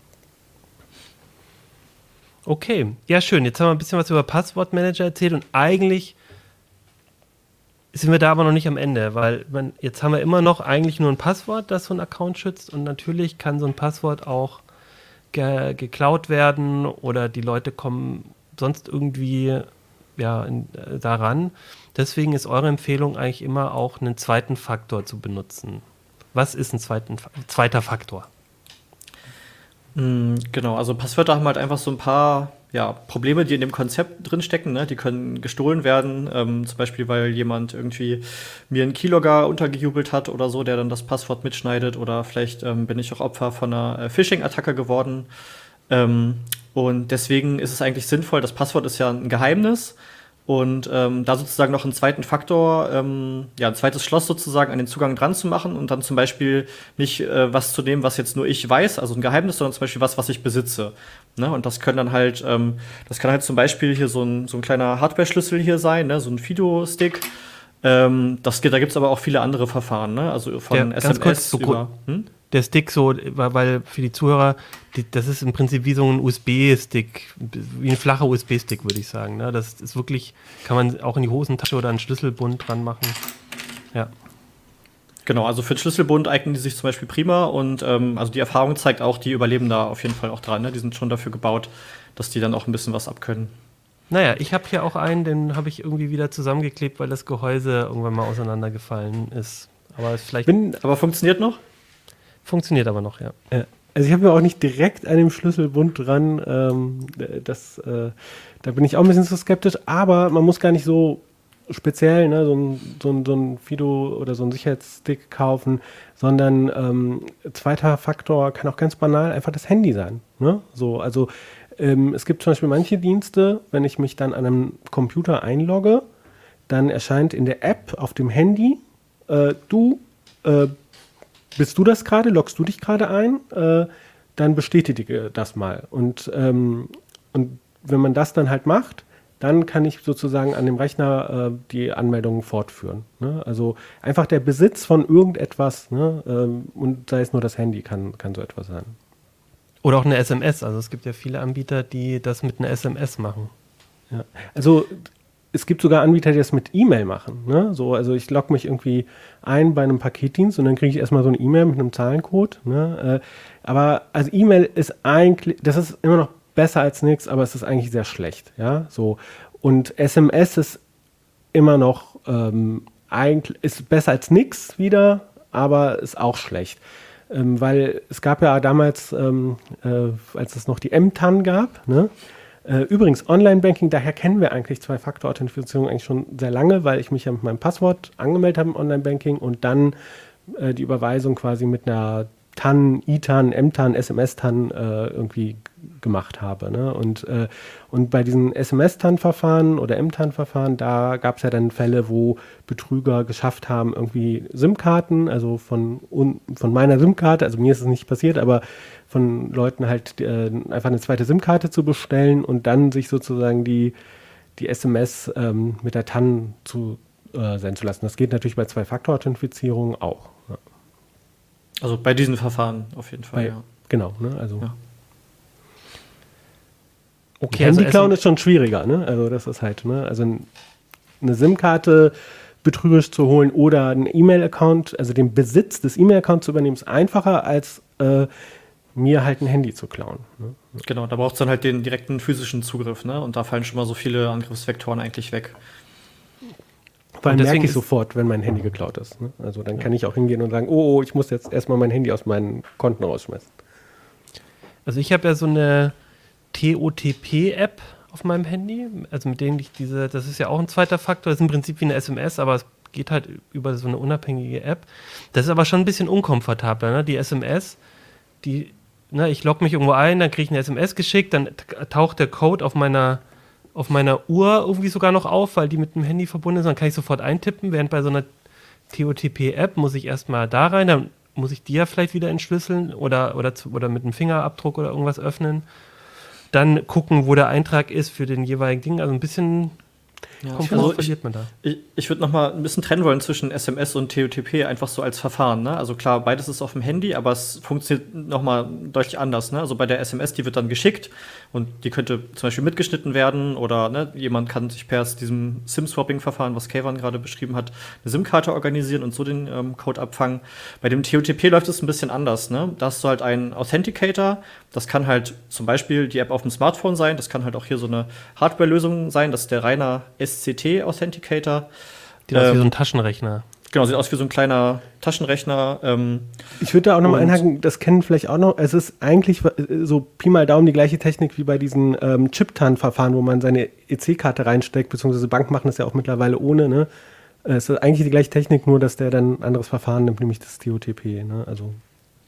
Okay, ja schön. Jetzt haben wir ein bisschen was über Passwortmanager erzählt und eigentlich sind wir da aber noch nicht am Ende, weil man, jetzt haben wir immer noch eigentlich nur ein Passwort, das so ein Account schützt und natürlich kann so ein Passwort auch ge- geklaut werden oder die Leute kommen sonst irgendwie ja, in, äh, daran. Deswegen ist eure Empfehlung eigentlich immer auch einen zweiten Faktor zu benutzen. Was ist ein zweiten, zweiter Faktor? Genau, also Passwörter haben halt einfach so ein paar ja, Probleme, die in dem Konzept drinstecken. Ne? Die können gestohlen werden, ähm, zum Beispiel, weil jemand irgendwie mir einen Keylogger untergejubelt hat oder so, der dann das Passwort mitschneidet. Oder vielleicht ähm, bin ich auch Opfer von einer äh, Phishing-Attacke geworden. Ähm, und deswegen ist es eigentlich sinnvoll, das Passwort ist ja ein Geheimnis. Und ähm, da sozusagen noch einen zweiten Faktor, ähm, ja, ein zweites Schloss sozusagen an den Zugang dran zu machen und dann zum Beispiel nicht äh, was zu nehmen, was jetzt nur ich weiß, also ein Geheimnis, sondern zum Beispiel was, was ich besitze. Ne? Und das können dann halt, ähm, das kann halt zum Beispiel hier so ein, so ein kleiner Hardware-Schlüssel hier sein, ne? So ein Fido-Stick. Ähm, das, da gibt es aber auch viele andere Verfahren, ne? Also von Ja, S ganz M S kurz, so über. Hm? Der Stick so, weil weil für die Zuhörer, die, das ist im Prinzip wie so ein U S B-Stick, wie ein flacher U S B-Stick, würde ich sagen. Ne? Das ist wirklich, kann man auch in die Hosentasche oder einen Schlüsselbund dran machen. Ja. Genau, also für den Schlüsselbund eignen die sich zum Beispiel prima und ähm, also die Erfahrung zeigt auch, die überleben da auf jeden Fall auch dran. Ne? Die sind schon dafür gebaut, dass die dann auch ein bisschen was abkönnen. Naja, ich habe hier auch einen, den habe ich irgendwie wieder zusammengeklebt, weil das Gehäuse irgendwann mal auseinandergefallen ist. Aber vielleicht. Bin, aber funktioniert noch? Funktioniert aber noch, ja. Ja. Also ich habe mir auch nicht direkt an dem Schlüsselbund dran. Ähm, das, äh, da bin ich auch ein bisschen zu skeptisch. Aber man muss gar nicht so speziell ne, so ein, so ein, so ein Fido oder so ein Sicherheitsstick kaufen, sondern ähm, zweiter Faktor kann auch ganz banal einfach das Handy sein. Ne? So, also ähm, es gibt zum Beispiel manche Dienste, wenn ich mich dann an einem Computer einlogge, dann erscheint in der App auf dem Handy, äh, du äh, bist du das gerade, loggst du dich gerade ein, äh, dann bestätige das mal. Und, ähm, und wenn man das dann halt macht, dann kann ich sozusagen an dem Rechner äh, die Anmeldungen fortführen. Ne? Also einfach der Besitz von irgendetwas, ne? ähm, und sei es nur das Handy, kann, kann so etwas sein. Oder auch eine S M S. Also es gibt ja viele Anbieter, die das mit einer S M S machen. Ja. Also es gibt sogar Anbieter, die das mit E-Mail machen. Ne? So, also ich logge mich irgendwie ein bei einem Paketdienst und dann kriege ich erstmal so eine E-Mail mit einem Zahlencode. Ne? Äh, aber also E-Mail ist eigentlich, das ist immer noch besser als nichts, aber es ist eigentlich sehr schlecht. Ja? So. Und S M S ist immer noch ähm, eigentlich, ist besser als nichts wieder, aber ist auch schlecht. Ähm, weil es gab ja damals, ähm, äh, als es noch die M T A N gab, ne? Äh, übrigens, Online-Banking, daher kennen wir eigentlich Zwei-Faktor-Authentifizierung eigentlich schon sehr lange, weil ich mich ja mit meinem Passwort angemeldet habe im Online-Banking und dann äh, die Überweisung quasi mit einer T A N, I T A N, M T A N, S M S-T A N äh, irgendwie gemacht habe. Ne? Und, äh, und bei diesen S M S-T A N-Verfahren oder M T A N-Verfahren, da gab es ja dann Fälle, wo Betrüger geschafft haben, irgendwie SIM-Karten, also von, un, von meiner SIM-Karte, also mir ist es nicht passiert, aber von Leuten halt äh, einfach eine zweite SIM-Karte zu bestellen und dann sich sozusagen die, die S M S ähm, mit der T A N zu äh, senden zu lassen. Das geht natürlich bei Zwei-Faktor-Authentifizierung auch. Ja. Also bei diesen Verfahren auf jeden Fall, bei, ja. Genau, ne? Also ja. Okay, Handy-Klauen also ist schon schwieriger, ne? Also das ist halt, ne? Also eine SIM-Karte betrügerisch zu holen oder einen E-Mail-Account, also den Besitz des E-Mail-Accounts zu übernehmen, ist einfacher als äh, mir halt ein Handy zu klauen. Ne? Genau, da braucht es dann halt den direkten physischen Zugriff, ne? Und da fallen schon mal so viele Angriffsvektoren eigentlich weg. Vor allem merke ich sofort, wenn mein Handy geklaut ist. Ne? Also dann ja. kann ich auch hingehen und sagen, oh, oh, ich muss jetzt erstmal mein Handy aus meinen Konten rausschmeißen. Also ich habe ja so eine T O T P-App auf meinem Handy, also mit denen ich diese, das ist ja auch ein zweiter Faktor, das ist im Prinzip wie eine S M S, aber es geht halt über so eine unabhängige App. Das ist aber schon ein bisschen unkomfortabler, ne? Die S M S, die, ne, ich logge mich irgendwo ein, dann kriege ich eine S M S geschickt, dann taucht der Code auf meiner, auf meiner Uhr irgendwie sogar noch auf, weil die mit dem Handy verbunden ist, dann kann ich sofort eintippen, während bei so einer T O T P-App muss ich erstmal da rein, dann muss ich die ja vielleicht wieder entschlüsseln oder, oder, zu, oder mit einem Fingerabdruck oder irgendwas öffnen. Dann gucken, wo der Eintrag ist für den jeweiligen Ding. Also ein bisschen ja, also verliert man da. Ich, ich würde noch mal ein bisschen trennen wollen zwischen S M S und T O T P, einfach so als Verfahren. Ne? Also klar, beides ist auf dem Handy, aber es funktioniert noch mal deutlich anders. Ne? Also bei der S M S, die wird dann geschickt und die könnte zum Beispiel mitgeschnitten werden oder ne, jemand kann sich per diesem SIM-Swapping-Verfahren, was Kayvan gerade beschrieben hat, eine SIM-Karte organisieren und so den ähm, Code abfangen. Bei dem T O T P läuft es ein bisschen anders. Ne? Da hast du halt einen Authenticator. Das kann halt zum Beispiel die App auf dem Smartphone sein. Das kann halt auch hier so eine Hardware-Lösung sein. Das ist der reiner S C T-Authenticator. Sieht aus ähm, wie so ein Taschenrechner. Genau, sieht aus wie so ein kleiner Taschenrechner. Ähm, ich würde da auch noch mal einhaken, das kennen vielleicht auch noch, es ist eigentlich so Pi mal Daumen die gleiche Technik wie bei diesen ähm, Chip-T A N-Verfahren, wo man seine E C-Karte reinsteckt, beziehungsweise Banken machen das ja auch mittlerweile ohne. Ne? Es ist eigentlich die gleiche Technik, nur dass der dann ein anderes Verfahren nimmt, nämlich das T O T P. Ne? Also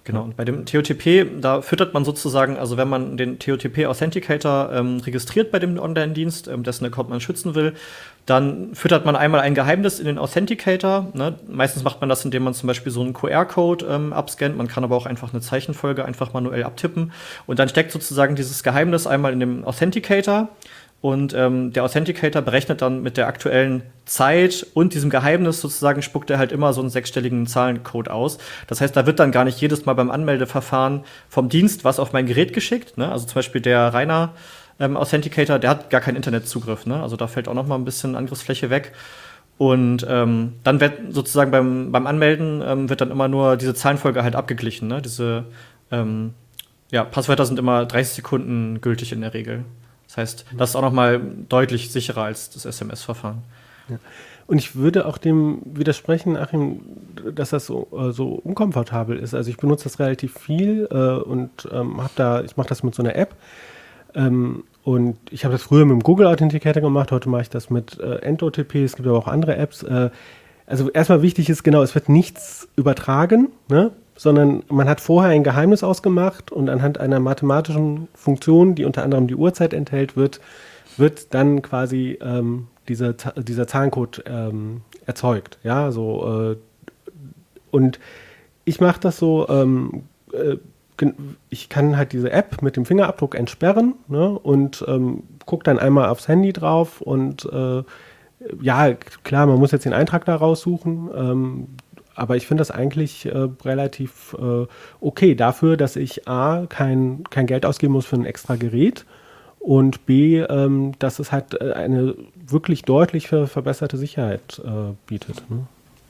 Genau, und bei dem T O T P, da füttert man sozusagen, also wenn man den T O T P Authenticator ähm, registriert bei dem Online-Dienst, ähm, dessen Account man schützen will, dann füttert man einmal ein Geheimnis in den Authenticator. Ne? Meistens macht man das, indem man zum Beispiel so einen Q R-Code ähm, abscannt. Man kann aber auch einfach eine Zeichenfolge einfach manuell abtippen. Und dann steckt sozusagen dieses Geheimnis einmal in dem Authenticator. Und ähm, der Authenticator berechnet dann mit der aktuellen Zeit und diesem Geheimnis sozusagen, spuckt er halt immer so einen sechsstelligen Zahlencode aus. Das heißt, da wird dann gar nicht jedes Mal beim Anmeldeverfahren vom Dienst was auf mein Gerät geschickt. Ne? Also zum Beispiel der Rainer ähm, Authenticator, der hat gar keinen Internetzugriff. Ne? Also da fällt auch noch mal ein bisschen Angriffsfläche weg. Und ähm, dann wird sozusagen beim, beim Anmelden ähm, wird dann immer nur diese Zahlenfolge halt abgeglichen. Ne? Diese ähm, ja, Passwörter sind immer dreißig Sekunden gültig in der Regel. Das heißt, das ist auch noch mal deutlich sicherer als das S M S-Verfahren. Ja. Und ich würde auch dem widersprechen, Achim, dass das so, äh, so unkomfortabel ist. Also ich benutze das relativ viel äh, und ähm, habe da, ich mache das mit so einer App. Ähm, und ich habe das früher mit dem Google Authenticator gemacht, heute mache ich das mit äh, EndOTP, es gibt aber auch andere Apps. Äh, also erstmal wichtig ist, genau, es wird nichts übertragen, ne? Sondern man hat vorher ein Geheimnis ausgemacht und anhand einer mathematischen Funktion, die unter anderem die Uhrzeit enthält, wird, wird dann quasi ähm, diese, dieser Zahlencode ähm, erzeugt. Ja, so, äh, und ich mache das so, ähm, äh, ich kann halt diese App mit dem Fingerabdruck entsperren, ne, und ähm, gucke dann einmal aufs Handy drauf und äh, ja, klar, man muss jetzt den Eintrag da raussuchen, ähm, aber ich finde das eigentlich äh, relativ äh, okay dafür, dass ich A, kein, kein Geld ausgeben muss für ein extra Gerät und B, ähm, dass es halt eine wirklich deutlich ver- verbesserte Sicherheit äh, bietet. Ne?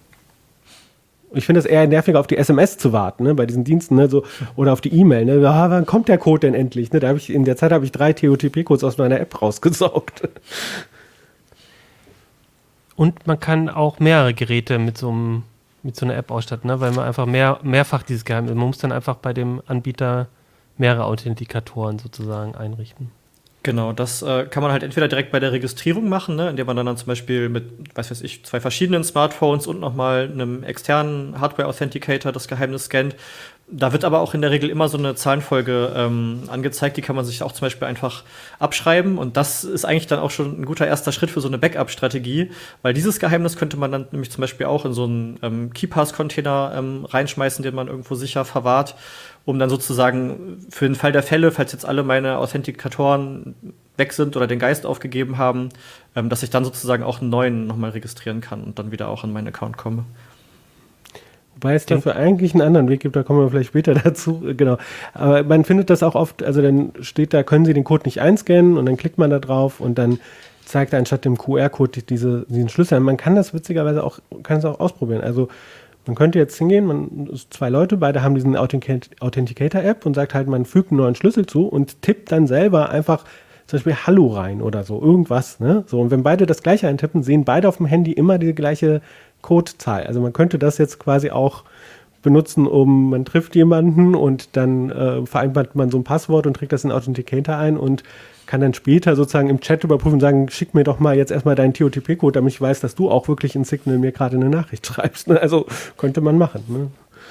Ich finde es eher nerviger, auf die S M S zu warten, ne, bei diesen Diensten, ne, so, oder auf die E-Mail. Ne, ah, wann kommt der Code denn endlich? Ne, da hab ich, in der Zeit habe ich drei T O T P-Codes aus meiner App rausgesaugt. Und man kann auch mehrere Geräte mit so einem mit so einer App ausstatten, ne? Weil man einfach mehr, mehrfach dieses Geheimnis, man muss dann einfach bei dem Anbieter mehrere Authentikatoren sozusagen einrichten. Genau, das äh, kann man halt entweder direkt bei der Registrierung machen, ne, indem man dann, dann zum Beispiel mit, weiß weiß ich, zwei verschiedenen Smartphones und nochmal einem externen Hardware-Authenticator das Geheimnis scannt. Da wird aber auch in der Regel immer so eine Zahlenfolge ähm, angezeigt, die kann man sich auch zum Beispiel einfach abschreiben. Und das ist eigentlich dann auch schon ein guter erster Schritt für so eine Backup-Strategie, weil dieses Geheimnis könnte man dann nämlich zum Beispiel auch in so einen ähm, KeePass-Container ähm, reinschmeißen, den man irgendwo sicher verwahrt, um dann sozusagen für den Fall der Fälle, falls jetzt alle meine Authentikatoren weg sind oder den Geist aufgegeben haben, ähm, dass ich dann sozusagen auch einen neuen nochmal registrieren kann und dann wieder auch an meinen Account komme. Wobei es dafür eigentlich einen anderen Weg gibt, da kommen wir vielleicht später dazu, genau. Aber man findet das auch oft, also dann steht da, können Sie den Code nicht einscannen und dann klickt man da drauf und dann zeigt er anstatt dem Q R-Code diese, diesen Schlüssel. Man kann das witzigerweise auch, kann es auch ausprobieren. Also man könnte jetzt hingehen, man ist zwei Leute, beide haben diesen Authenticator-App und sagt halt, man fügt einen neuen Schlüssel zu und tippt dann selber einfach zum Beispiel Hallo rein oder so, irgendwas, ne? So, und wenn beide das gleiche eintippen, sehen beide auf dem Handy immer die gleiche Codezahl. Also man könnte das jetzt quasi auch benutzen, um, man trifft jemanden und dann äh, vereinbart man so ein Passwort und trägt das in den Authenticator ein und kann dann später sozusagen im Chat überprüfen und sagen, schick mir doch mal jetzt erstmal deinen T O T P-Code, damit ich weiß, dass du auch wirklich in Signal mir gerade eine Nachricht schreibst. Ne? Also könnte man machen. Ne?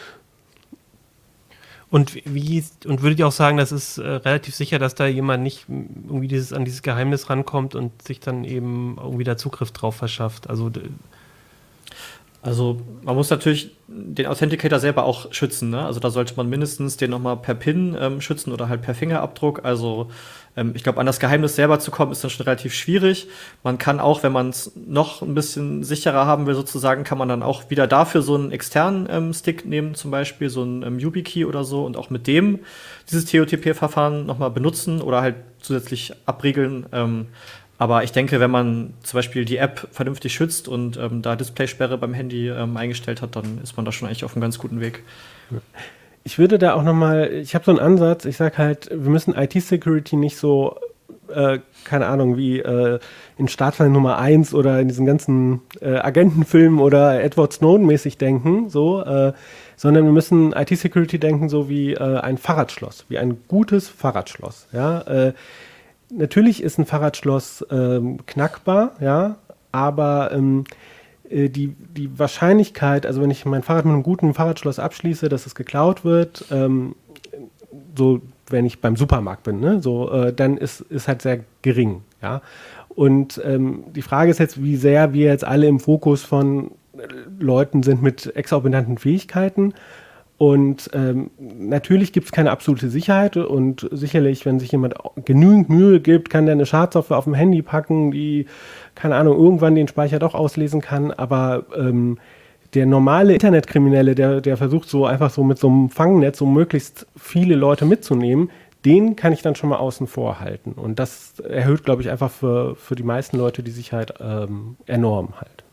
Und wie und würdet ihr auch sagen, das ist äh, relativ sicher, dass da jemand nicht irgendwie dieses an dieses Geheimnis rankommt und sich dann eben irgendwie da Zugriff drauf verschafft? Also d- Also man muss natürlich den Authenticator selber auch schützen, ne? Also da sollte man mindestens den nochmal per PIN ähm, schützen oder halt per Fingerabdruck. Also ähm, ich glaube, an das Geheimnis selber zu kommen, ist dann schon relativ schwierig. Man kann auch, wenn man es noch ein bisschen sicherer haben will, sozusagen, kann man dann auch wieder dafür so einen externen ähm, Stick nehmen, zum Beispiel so einen ähm, YubiKey oder so und auch mit dem dieses T O T P-Verfahren nochmal benutzen oder halt zusätzlich abriegeln. Ähm, Aber ich denke, wenn man zum Beispiel die App vernünftig schützt und ähm, da Displaysperre beim Handy ähm, eingestellt hat, dann ist man da schon eigentlich auf einem ganz guten Weg. Ich würde da auch nochmal, ich habe so einen Ansatz, ich sage halt, wir müssen I T-Security nicht so, äh, keine Ahnung, wie äh, in Startfall Nummer eins oder in diesen ganzen äh, Agentenfilmen oder Edward Snowden-mäßig denken, so, äh, sondern wir müssen I T-Security denken, so wie äh, ein Fahrradschloss, wie ein gutes Fahrradschloss, ja, äh, natürlich ist ein Fahrradschloss ähm, knackbar, ja, aber ähm, äh, die, die Wahrscheinlichkeit, also wenn ich mein Fahrrad mit einem guten Fahrradschloss abschließe, dass es geklaut wird, ähm, so wenn ich beim Supermarkt bin, ne, so, äh, dann ist, ist halt sehr gering, ja. Und ähm, die Frage ist jetzt, wie sehr wir jetzt alle im Fokus von Leuten sind mit exorbitanten Fähigkeiten. Und ähm, natürlich gibt es keine absolute Sicherheit und sicherlich, wenn sich jemand genügend Mühe gibt, kann der eine Schadsoftware auf dem Handy packen, die, keine Ahnung, irgendwann den Speicher doch auslesen kann. Aber ähm, der normale Internetkriminelle, der, der versucht so einfach so mit so einem Fangnetz so möglichst viele Leute mitzunehmen, den kann ich dann schon mal außen vor halten. Und das erhöht, glaube ich, einfach für, für die meisten Leute die Sicherheit ähm, enorm halt.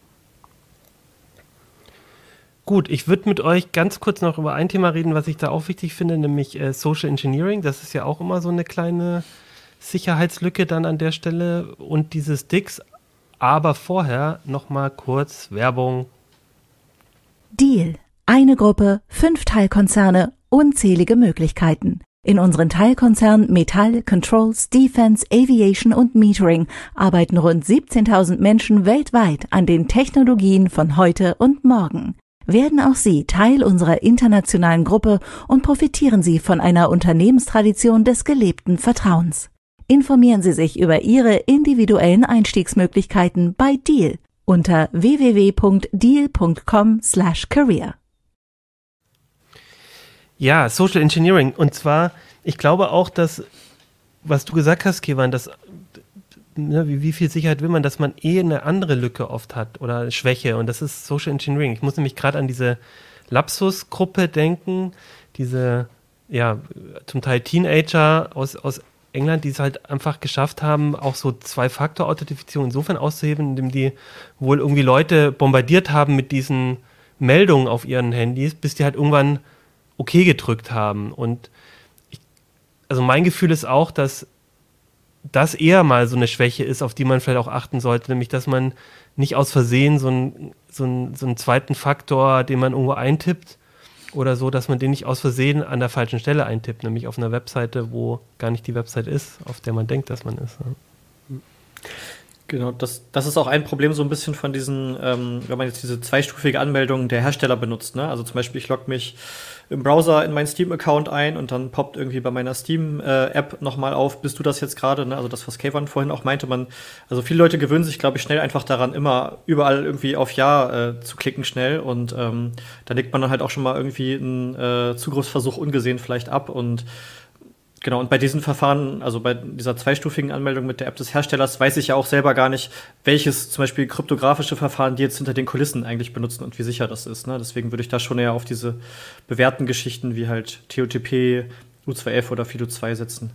Gut, ich würde mit euch ganz kurz noch über ein Thema reden, was ich da auch wichtig finde, nämlich äh, Social Engineering. Das ist ja auch immer so eine kleine Sicherheitslücke dann an der Stelle und diese Sticks. Aber vorher noch mal kurz Werbung. Deal. Eine Gruppe, fünf Teilkonzerne, unzählige Möglichkeiten. In unseren Teilkonzernen Metall, Controls, Defense, Aviation und Metering arbeiten rund siebzehntausend Menschen weltweit an den Technologien von heute und morgen. Werden auch Sie Teil unserer internationalen Gruppe und profitieren Sie von einer Unternehmenstradition des gelebten Vertrauens. Informieren Sie sich über Ihre individuellen Einstiegsmöglichkeiten bei Deal unter w w w punkt deal punkt com slash career. Ja, Social Engineering. Und zwar, ich glaube auch, dass, was du gesagt hast, Kevan, dass, ne, wie, wie viel Sicherheit will man, dass man eh eine andere Lücke oft hat oder eine Schwäche. Und das ist Social Engineering. Ich muss nämlich gerade an diese Lapsus-Gruppe denken, diese, ja, zum Teil Teenager aus, aus England, die es halt einfach geschafft haben, auch so Zwei-Faktor-Authentifizierung insofern auszuheben, indem die wohl irgendwie Leute bombardiert haben mit diesen Meldungen auf ihren Handys, bis die halt irgendwann okay gedrückt haben. Und ich, also mein Gefühl ist auch, dass das eher mal so eine Schwäche ist, auf die man vielleicht auch achten sollte, nämlich dass man nicht aus Versehen so einen, so einen, so einen zweiten Faktor, den man irgendwo eintippt oder so, dass man den nicht aus Versehen an der falschen Stelle eintippt, nämlich auf einer Webseite, wo gar nicht die Website ist, auf der man denkt, dass man ist. Ne? Genau, das, das ist auch ein Problem so ein bisschen von diesen, ähm, wenn man jetzt diese zweistufige Anmeldung der Hersteller benutzt, ne? Also zum Beispiel, ich logge mich im Browser in meinen Steam-Account ein und dann poppt irgendwie bei meiner Steam-App äh, nochmal auf, bist du das jetzt gerade, ne? Also das, was Kevan vorhin auch meinte, man, also viele Leute gewöhnen sich, glaube ich, schnell einfach daran, immer überall irgendwie auf Ja äh, zu klicken schnell und ähm, da legt man dann halt auch schon mal irgendwie einen äh, Zugriffsversuch ungesehen vielleicht ab und genau, und bei diesen Verfahren, also bei dieser zweistufigen Anmeldung mit der App des Herstellers, weiß ich ja auch selber gar nicht, welches zum Beispiel kryptografische Verfahren die jetzt hinter den Kulissen eigentlich benutzen und wie sicher das ist. Ne? Deswegen würde ich da schon eher auf diese bewährten Geschichten wie halt T O T P, U zwei F oder FIDO zwei setzen.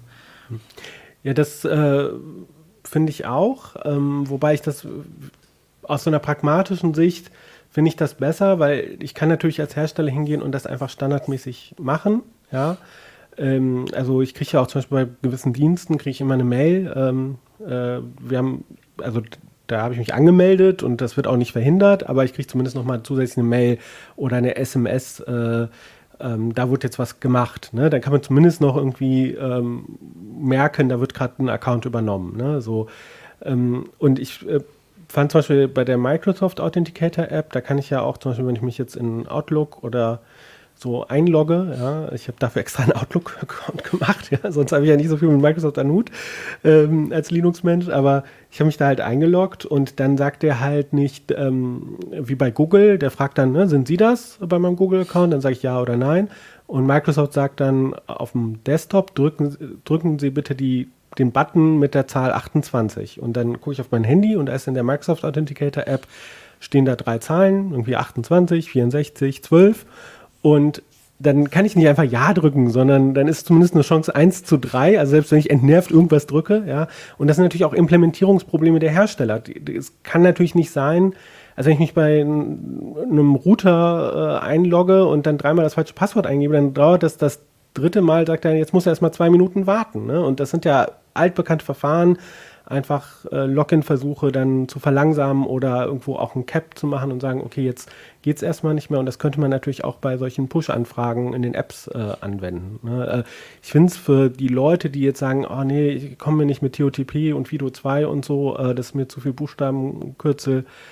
Ja, das äh, finde ich auch, ähm, wobei ich das aus so einer pragmatischen Sicht finde ich das besser, weil ich kann natürlich als Hersteller hingehen und das einfach standardmäßig machen, ja. Ähm, also ich kriege ja auch zum Beispiel bei gewissen Diensten, kriege ich immer eine Mail, ähm, äh, wir haben, also da habe ich mich angemeldet und das wird auch nicht verhindert, aber ich kriege zumindest nochmal zusätzlich eine Mail oder eine S M S, äh, ähm, da wird jetzt was gemacht, ne? Dann kann man zumindest noch irgendwie ähm, merken, da wird gerade ein Account übernommen, ne? So, ähm, und ich äh, fand zum Beispiel bei der Microsoft Authenticator App, da kann ich ja auch zum Beispiel, wenn ich mich jetzt in Outlook oder so einlogge, ja, ich habe dafür extra einen Outlook-Account gemacht, ja, sonst habe ich ja nicht so viel mit Microsoft am Hut ähm, als Linux-Mensch, aber ich habe mich da halt eingeloggt und dann sagt der halt nicht, ähm, wie bei Google, der fragt dann, ne, sind Sie das bei meinem Google-Account? Dann sage ich ja oder nein und Microsoft sagt dann auf dem Desktop, drücken, drücken Sie bitte die, den Button mit der Zahl achtundzwanzig und dann gucke ich auf mein Handy und da ist in der Microsoft Authenticator App, stehen da drei Zahlen, irgendwie achtundzwanzig, vierundsechzig, zwölf. Und dann kann ich nicht einfach Ja drücken, sondern dann ist zumindest eine Chance eins zu drei, also selbst wenn ich entnervt irgendwas drücke, ja. Und das sind natürlich auch Implementierungsprobleme der Hersteller. Es kann natürlich nicht sein, also wenn ich mich bei einem Router äh, einlogge und dann dreimal das falsche Passwort eingebe, dann dauert das das dritte Mal, sagt er, jetzt muss er erstmal zwei Minuten warten, ne? Und das sind ja altbekannte Verfahren, einfach äh, Login-Versuche dann zu verlangsamen oder irgendwo auch ein Cap zu machen und sagen, okay, jetzt geht es erstmal nicht mehr. Und das könnte man natürlich auch bei solchen Push-Anfragen in den Apps äh, anwenden. Ne? Äh, ich finde es für die Leute, die jetzt sagen, oh nee, ich komme mir nicht mit T O T P und FIDO zwei und so, äh, das ist mir zu viel Buchstabenkürzel,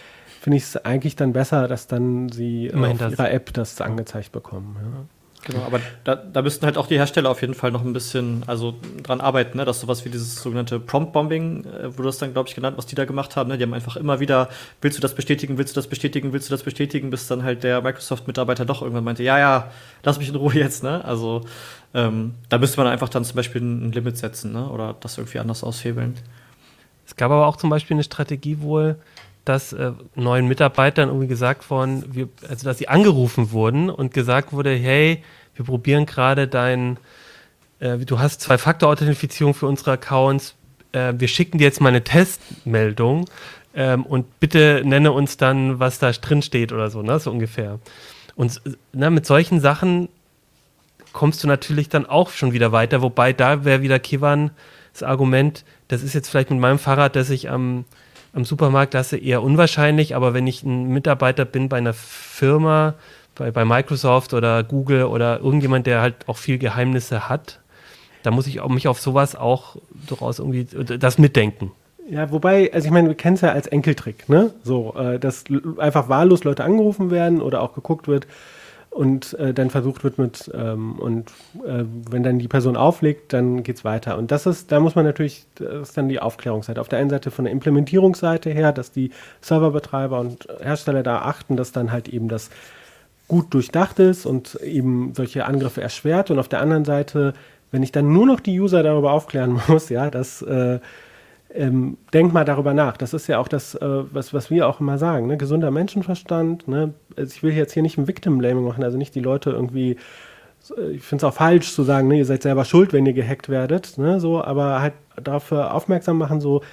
finde ich es eigentlich dann besser, dass dann sie Immerhin auf das. ihrer App das angezeigt bekommen. Ja. Genau, aber da, da müssten halt auch die Hersteller auf jeden Fall noch ein bisschen also dran arbeiten, ne? Dass sowas wie dieses sogenannte Prompt-Bombing, äh, wurde das dann, glaube ich, genannt, was die da gemacht haben. Ne? Die haben einfach immer wieder, willst du das bestätigen, willst du das bestätigen, willst du das bestätigen, bis dann halt der Microsoft-Mitarbeiter doch irgendwann meinte, ja, ja, lass mich in Ruhe jetzt. Ne? Also ähm, da müsste man einfach dann zum Beispiel ein Limit setzen, ne? Oder das irgendwie anders aushebeln. Es gab aber auch zum Beispiel eine Strategie wohl, dass äh, neuen Mitarbeitern irgendwie gesagt worden, wir, also dass sie angerufen wurden und gesagt wurde, hey, wir probieren gerade dein, äh, du hast Zwei-Faktor-Authentifizierung für unsere Accounts, äh, wir schicken dir jetzt mal eine Testmeldung ähm, und bitte nenne uns dann, was da drin steht oder so, ne, so ungefähr. Und ne, mit solchen Sachen kommst du natürlich dann auch schon wieder weiter, wobei da wäre wieder Kivan das Argument, das ist jetzt vielleicht mit meinem Fahrrad, das ich am am Supermarkt lasse, eher unwahrscheinlich, aber wenn ich ein Mitarbeiter bin bei einer Firma, bei, bei Microsoft oder Google oder irgendjemand, der halt auch viel Geheimnisse hat, da muss ich auch, mich auf sowas auch durchaus irgendwie das mitdenken. Ja, wobei, also ich meine, wir kennen es ja als Enkeltrick, ne? So, äh, dass l- einfach wahllos Leute angerufen werden oder auch geguckt wird und äh, dann versucht wird mit, ähm, und äh, wenn dann die Person auflegt, dann geht's weiter. Und das ist, da muss man natürlich, das ist dann die Aufklärungsseite. Auf der einen Seite von der Implementierungsseite her, dass die Serverbetreiber und Hersteller da achten, dass dann halt eben das gut durchdacht ist und eben solche Angriffe erschwert. Und auf der anderen Seite, wenn ich dann nur noch die User darüber aufklären muss, ja, dass äh, Ähm, denk mal darüber nach. Das ist ja auch das, äh, was, was wir auch immer sagen, ne? Gesunder Menschenverstand. Ne? Also ich will jetzt hier nicht ein Victim-Blaming machen, also nicht die Leute irgendwie, ich finde es auch falsch zu sagen, ne, ihr seid selber schuld, wenn ihr gehackt werdet, ne? So, aber halt dafür aufmerksam machen, so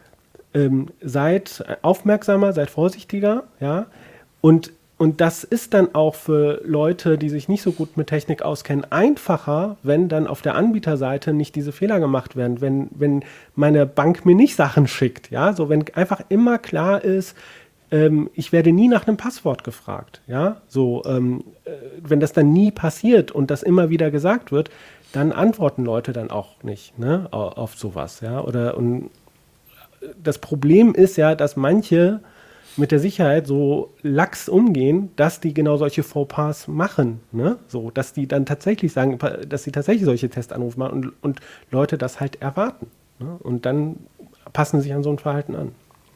ähm, seid aufmerksamer, seid vorsichtiger, ja, und Und das ist dann auch für Leute, die sich nicht so gut mit Technik auskennen, einfacher, wenn dann auf der Anbieterseite nicht diese Fehler gemacht werden, wenn, wenn meine Bank mir nicht Sachen schickt, ja, so wenn einfach immer klar ist, ähm, ich werde nie nach einem Passwort gefragt, ja, so, ähm, äh, wenn das dann nie passiert und das immer wieder gesagt wird, dann antworten Leute dann auch nicht, ne, auf, auf sowas, ja, oder, und das Problem ist ja, dass manche mit der Sicherheit so lax umgehen, dass die genau solche Fauxpas machen, ne? So, dass die dann tatsächlich sagen, dass sie tatsächlich solche Testanrufe machen und, und Leute das halt erwarten, ne? Und dann passen sie sich an so ein Verhalten an.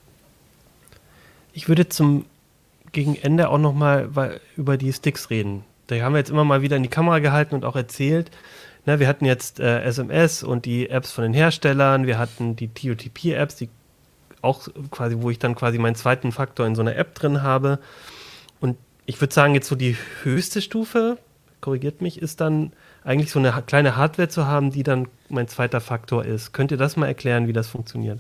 Ich würde zum gegen Ende auch nochmal über die Sticks reden. Da haben wir jetzt immer mal wieder in die Kamera gehalten und auch erzählt, ne, wir hatten jetzt äh, S M S und die Apps von den Herstellern, wir hatten die T O T P-Apps, die auch quasi, wo ich dann quasi meinen zweiten Faktor in so einer App drin habe. Und ich würde sagen, jetzt so die höchste Stufe, korrigiert mich, ist dann eigentlich so eine kleine Hardware zu haben, die dann mein zweiter Faktor ist. Könnt ihr das mal erklären, wie das funktioniert?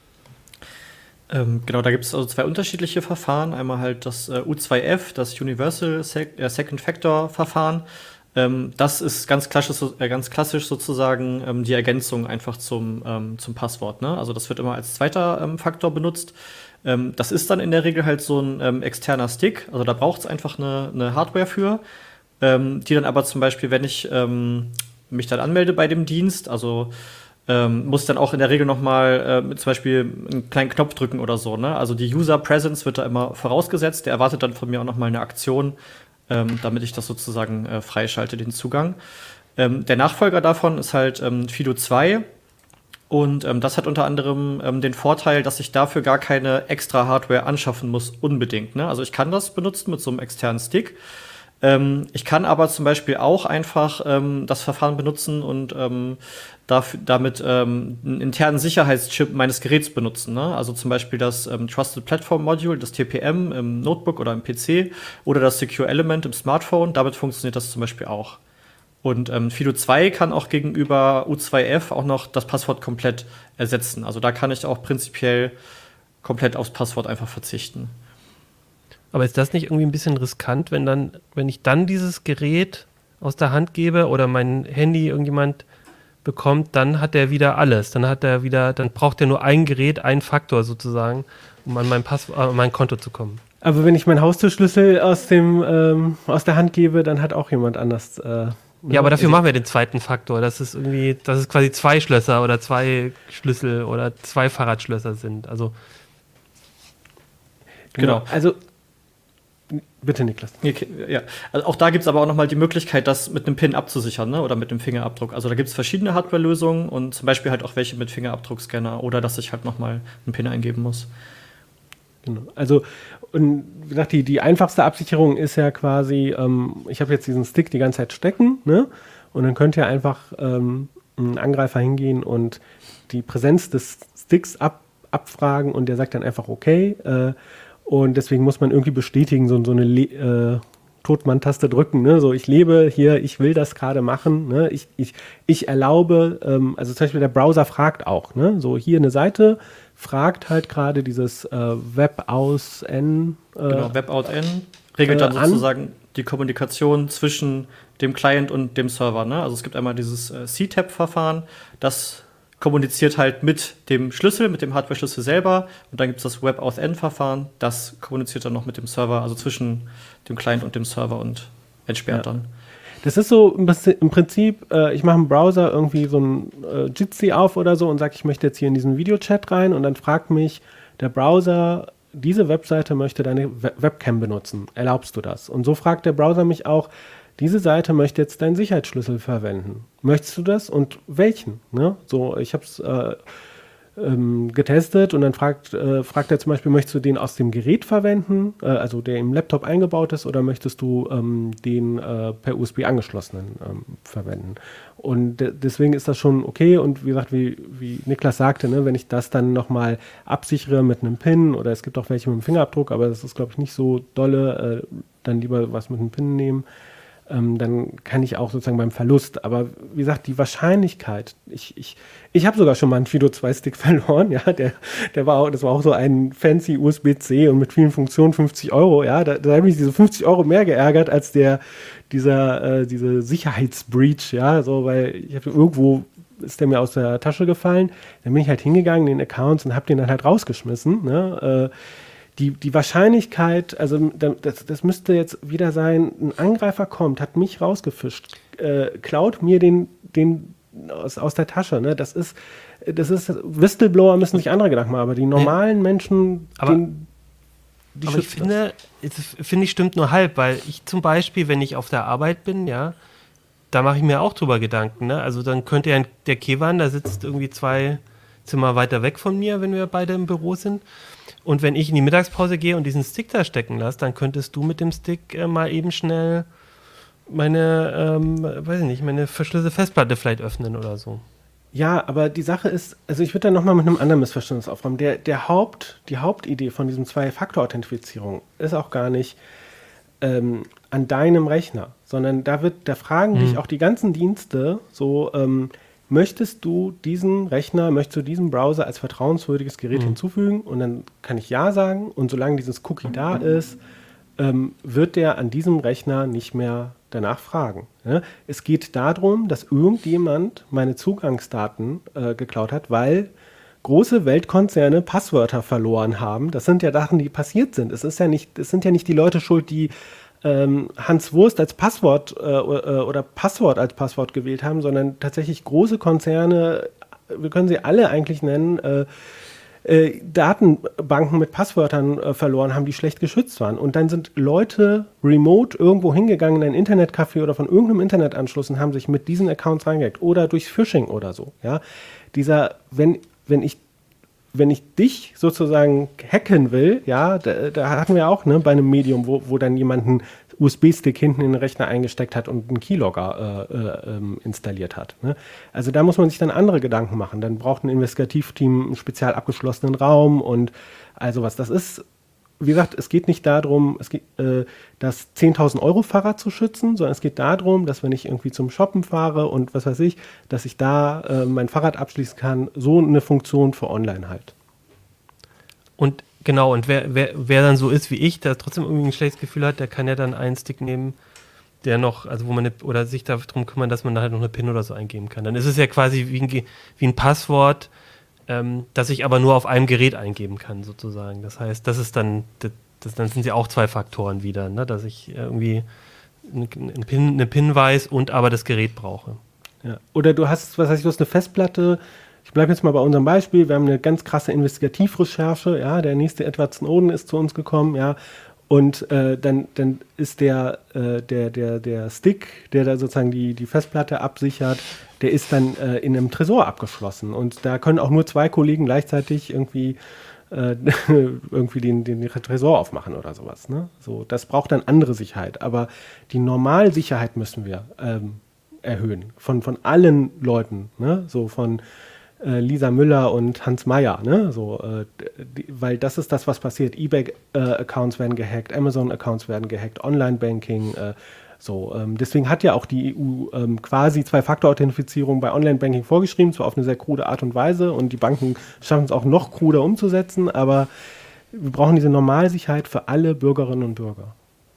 Ähm, genau, da gibt es also zwei unterschiedliche Verfahren. Einmal halt das äh, U zwei F, das Universal Sec- äh, Second Factor Verfahren. Ähm, das ist ganz klassisch, äh, ganz klassisch sozusagen ähm, die Ergänzung einfach zum, ähm, zum Passwort. Ne? Also das wird immer als zweiter ähm, Faktor benutzt. Ähm, das ist dann in der Regel halt so ein ähm, externer Stick. Also da braucht es einfach eine, eine Hardware für, ähm, die dann aber zum Beispiel, wenn ich ähm, mich dann anmelde bei dem Dienst, also ähm, muss dann auch in der Regel noch mal äh, zum Beispiel einen kleinen Knopf drücken oder so. Ne? Also die User Presence wird da immer vorausgesetzt. Der erwartet dann von mir auch noch mal eine Aktion, Ähm, damit ich das sozusagen äh, freischalte, den Zugang. Ähm, der Nachfolger davon ist halt ähm, Fido zwei und ähm, das hat unter anderem ähm, den Vorteil, dass ich dafür gar keine extra Hardware anschaffen muss, unbedingt. Ne? Also ich kann das benutzen mit so einem externen Stick. Ähm, ich kann aber zum Beispiel auch einfach ähm, das Verfahren benutzen und ähm, dafür, damit ähm, einen internen Sicherheitschip meines Geräts benutzen. Ne? Also zum Beispiel das ähm, Trusted Platform Module, das T P M im Notebook oder im P C oder das Secure Element im Smartphone. Damit funktioniert das zum Beispiel auch. Und ähm, Fido zwei kann auch gegenüber U zwei F auch noch das Passwort komplett ersetzen. Also da kann ich auch prinzipiell komplett aufs Passwort einfach verzichten. Aber ist das nicht irgendwie ein bisschen riskant, wenn dann, wenn ich dann dieses Gerät aus der Hand gebe oder mein Handy irgendjemand bekommt, dann hat er wieder alles. Dann hat er wieder, dann braucht er nur ein Gerät, einen Faktor sozusagen, um an mein Pass, an mein Konto zu kommen. Aber wenn ich meinen Haustürschlüssel aus dem ähm, aus der Hand gebe, dann hat auch jemand anders. Äh, ja, aber dafür machen wir den zweiten Faktor. Das ist irgendwie, dass es quasi zwei Schlösser oder zwei Schlüssel oder zwei Fahrradschlösser sind. Also Genau. Also, bitte, Niklas. Okay, ja. Also auch da gibt es aber auch nochmal die Möglichkeit, das mit einem PIN abzusichern, ne? Oder mit dem Fingerabdruck. Also da gibt es verschiedene Hardware-Lösungen und zum Beispiel halt auch welche mit Fingerabdruckscanner oder dass ich halt nochmal einen PIN eingeben muss. Genau. Also, und wie gesagt, die, die einfachste Absicherung ist ja quasi, ähm, ich habe jetzt diesen Stick die ganze Zeit stecken, ne? Und dann könnt ihr einfach ähm, ein Angreifer hingehen und die Präsenz des Sticks ab, abfragen und der sagt dann einfach okay. Äh, und deswegen muss man irgendwie bestätigen, so, so eine Le- äh, Totmann-Taste drücken, ne? So, ich lebe hier, ich will das gerade machen, ne? Ich, ich, ich erlaube, ähm, also zum Beispiel der Browser fragt auch, ne? So, hier eine Seite fragt halt gerade dieses äh, WebAuthn. Äh, genau, WebAuthn regelt dann äh, sozusagen die Kommunikation zwischen dem Client und dem Server, ne? Also es gibt einmal dieses äh, C TAP-Verfahren, das kommuniziert halt mit dem Schlüssel, mit dem Hardware-Schlüssel selber. Und dann gibt es das WebAuthn-Verfahren, das kommuniziert dann noch mit dem Server, also zwischen dem Client und dem Server und entsperrt ja. dann. Das ist so im Prinzip, äh, ich mache im Browser irgendwie so ein äh, Jitsi auf oder so und sage, ich möchte jetzt hier in diesen Videochat rein und dann fragt mich der Browser, diese Webseite möchte deine We- Webcam benutzen. Erlaubst du das? Und so fragt der Browser mich auch, diese Seite möchte jetzt deinen Sicherheitsschlüssel verwenden. Möchtest du das und welchen? Ne? So, ich habe es äh, ähm, getestet und dann fragt, äh, fragt er zum Beispiel, möchtest du den aus dem Gerät verwenden, äh, also der im Laptop eingebaut ist, oder möchtest du ähm, den äh, per U S B angeschlossenen ähm, verwenden? Und de- deswegen ist das schon okay und wie gesagt, wie, wie Niklas sagte, ne, wenn ich das dann nochmal absichere mit einem PIN oder es gibt auch welche mit einem Fingerabdruck, aber das ist, glaube ich, nicht so dolle, äh, dann lieber was mit einem PIN nehmen. Ähm, dann kann ich auch sozusagen beim Verlust, aber wie gesagt, die Wahrscheinlichkeit, ich, ich, ich habe sogar schon mal einen Fido zwei Stick verloren, ja, der, der war auch, das war auch so ein fancy U S B C und mit vielen Funktionen fünfzig Euro, ja, da, da habe ich diese fünfzig Euro mehr geärgert als der, dieser, äh, diese Sicherheitsbreach, ja, so, weil ich habe irgendwo ist der mir aus der Tasche gefallen, dann bin ich halt hingegangen in den Accounts und habe den dann halt rausgeschmissen, ne, äh, Die, die Wahrscheinlichkeit, also das, das müsste jetzt wieder sein, ein Angreifer kommt, hat mich rausgefischt, äh, klaut mir den, den aus, aus der Tasche. Ne? Das ist, das ist, Whistleblower müssen sich andere Gedanken machen, aber die normalen Menschen, aber, den, die aber ich finde, das finde ich stimmt nur halb, weil ich zum Beispiel, wenn ich auf der Arbeit bin, ja, da mache ich mir auch drüber Gedanken. Ne? Also dann könnte ja der Kevan, der sitzt irgendwie zwei Zimmer weiter weg von mir, wenn wir beide im Büro sind. Und wenn ich in die Mittagspause gehe und diesen Stick da stecken lasse, dann könntest du mit dem Stick äh, mal eben schnell meine, ähm, weiß ich nicht, meine verschlüsselte Festplatte vielleicht öffnen oder so. Ja, aber die Sache ist, also ich würde da nochmal mit einem anderen Missverständnis aufräumen. Der, der Haupt, die Hauptidee von diesem Zwei-Faktor-Authentifizierung ist auch gar nicht ähm, an deinem Rechner, sondern da wird, da fragen hm. dich auch die ganzen Dienste so, ähm, möchtest du diesen Rechner, möchtest du diesen Browser als vertrauenswürdiges Gerät mhm. hinzufügen? Und dann kann ich Ja sagen. Und solange dieses Cookie da ist, ähm, wird der an diesem Rechner nicht mehr danach fragen. Ja? Es geht darum, dass irgendjemand meine Zugangsdaten äh, geklaut hat, weil große Weltkonzerne Passwörter verloren haben. Das sind ja Sachen, die passiert sind. Es ist ja nicht, es sind ja nicht die Leute schuld, die Ähm, Hans Wurst als Passwort äh, oder Passwort als Passwort gewählt haben, sondern tatsächlich große Konzerne, wir können sie alle eigentlich nennen, äh, äh, Datenbanken mit Passwörtern äh, verloren haben, die schlecht geschützt waren. Und dann sind Leute remote irgendwo hingegangen in ein Internetcafé oder von irgendeinem Internetanschluss und haben sich mit diesen Accounts reingehackt oder durch Phishing oder so. Ja? Dieser, wenn, wenn ich wenn ich dich sozusagen hacken will, ja, da, da hatten wir auch, ne, bei einem Medium, wo, wo dann jemand einen U S B-Stick hinten in den Rechner eingesteckt hat und einen Keylogger äh, äh, installiert hat. Ne? Also da muss man sich dann andere Gedanken machen. Dann braucht ein Investigativteam einen speziell abgeschlossenen Raum und all sowas. Das ist, wie gesagt, es geht nicht darum, es geht, äh, das zehntausend Euro Fahrrad zu schützen, sondern es geht darum, dass wenn ich irgendwie zum Shoppen fahre und was weiß ich, dass ich da äh, mein Fahrrad abschließen kann, so eine Funktion für online halt. Und genau, und wer, wer, wer dann so ist wie ich, der trotzdem irgendwie ein schlechtes Gefühl hat, der kann ja dann einen Stick nehmen, der noch, also wo man, eine, oder sich darum kümmern, dass man da halt noch eine PIN oder so eingeben kann. Dann ist es ja quasi wie ein, wie ein Passwort, Ähm, das ich aber nur auf einem Gerät eingeben kann, sozusagen. Das heißt, das ist dann, das, das, dann sind ja auch zwei Faktoren wieder, ne? Dass ich irgendwie eine PIN, eine PIN weiß und aber das Gerät brauche. Ja. Oder du hast, was heißt, du hast eine Festplatte, ich bleibe jetzt mal bei unserem Beispiel, wir haben eine ganz krasse Investigativrecherche, ja, der nächste Edward Snowden ist zu uns gekommen, ja, und äh, dann, dann ist der, äh, der, der, der Stick, der da sozusagen die, die Festplatte absichert, der ist dann äh, in einem Tresor abgeschlossen. Und da können auch nur zwei Kollegen gleichzeitig irgendwie, äh, irgendwie den, den Tresor aufmachen oder sowas. Ne? So, das braucht dann andere Sicherheit. Aber die Normalsicherheit müssen wir ähm, erhöhen. Von, von allen Leuten. Ne? So von Lisa Müller und Hans Meyer, ne? So, äh, die, weil das ist das, was passiert. eBay-Accounts äh, werden gehackt, Amazon-Accounts werden gehackt, Online-Banking, äh, so. Ähm, deswegen hat ja auch die E U ähm, quasi Zwei-Faktor-Authentifizierung bei Online-Banking vorgeschrieben, zwar auf eine sehr krude Art und Weise und die Banken schaffen es auch noch kruder umzusetzen, aber wir brauchen diese Normalsicherheit für alle Bürgerinnen und Bürger.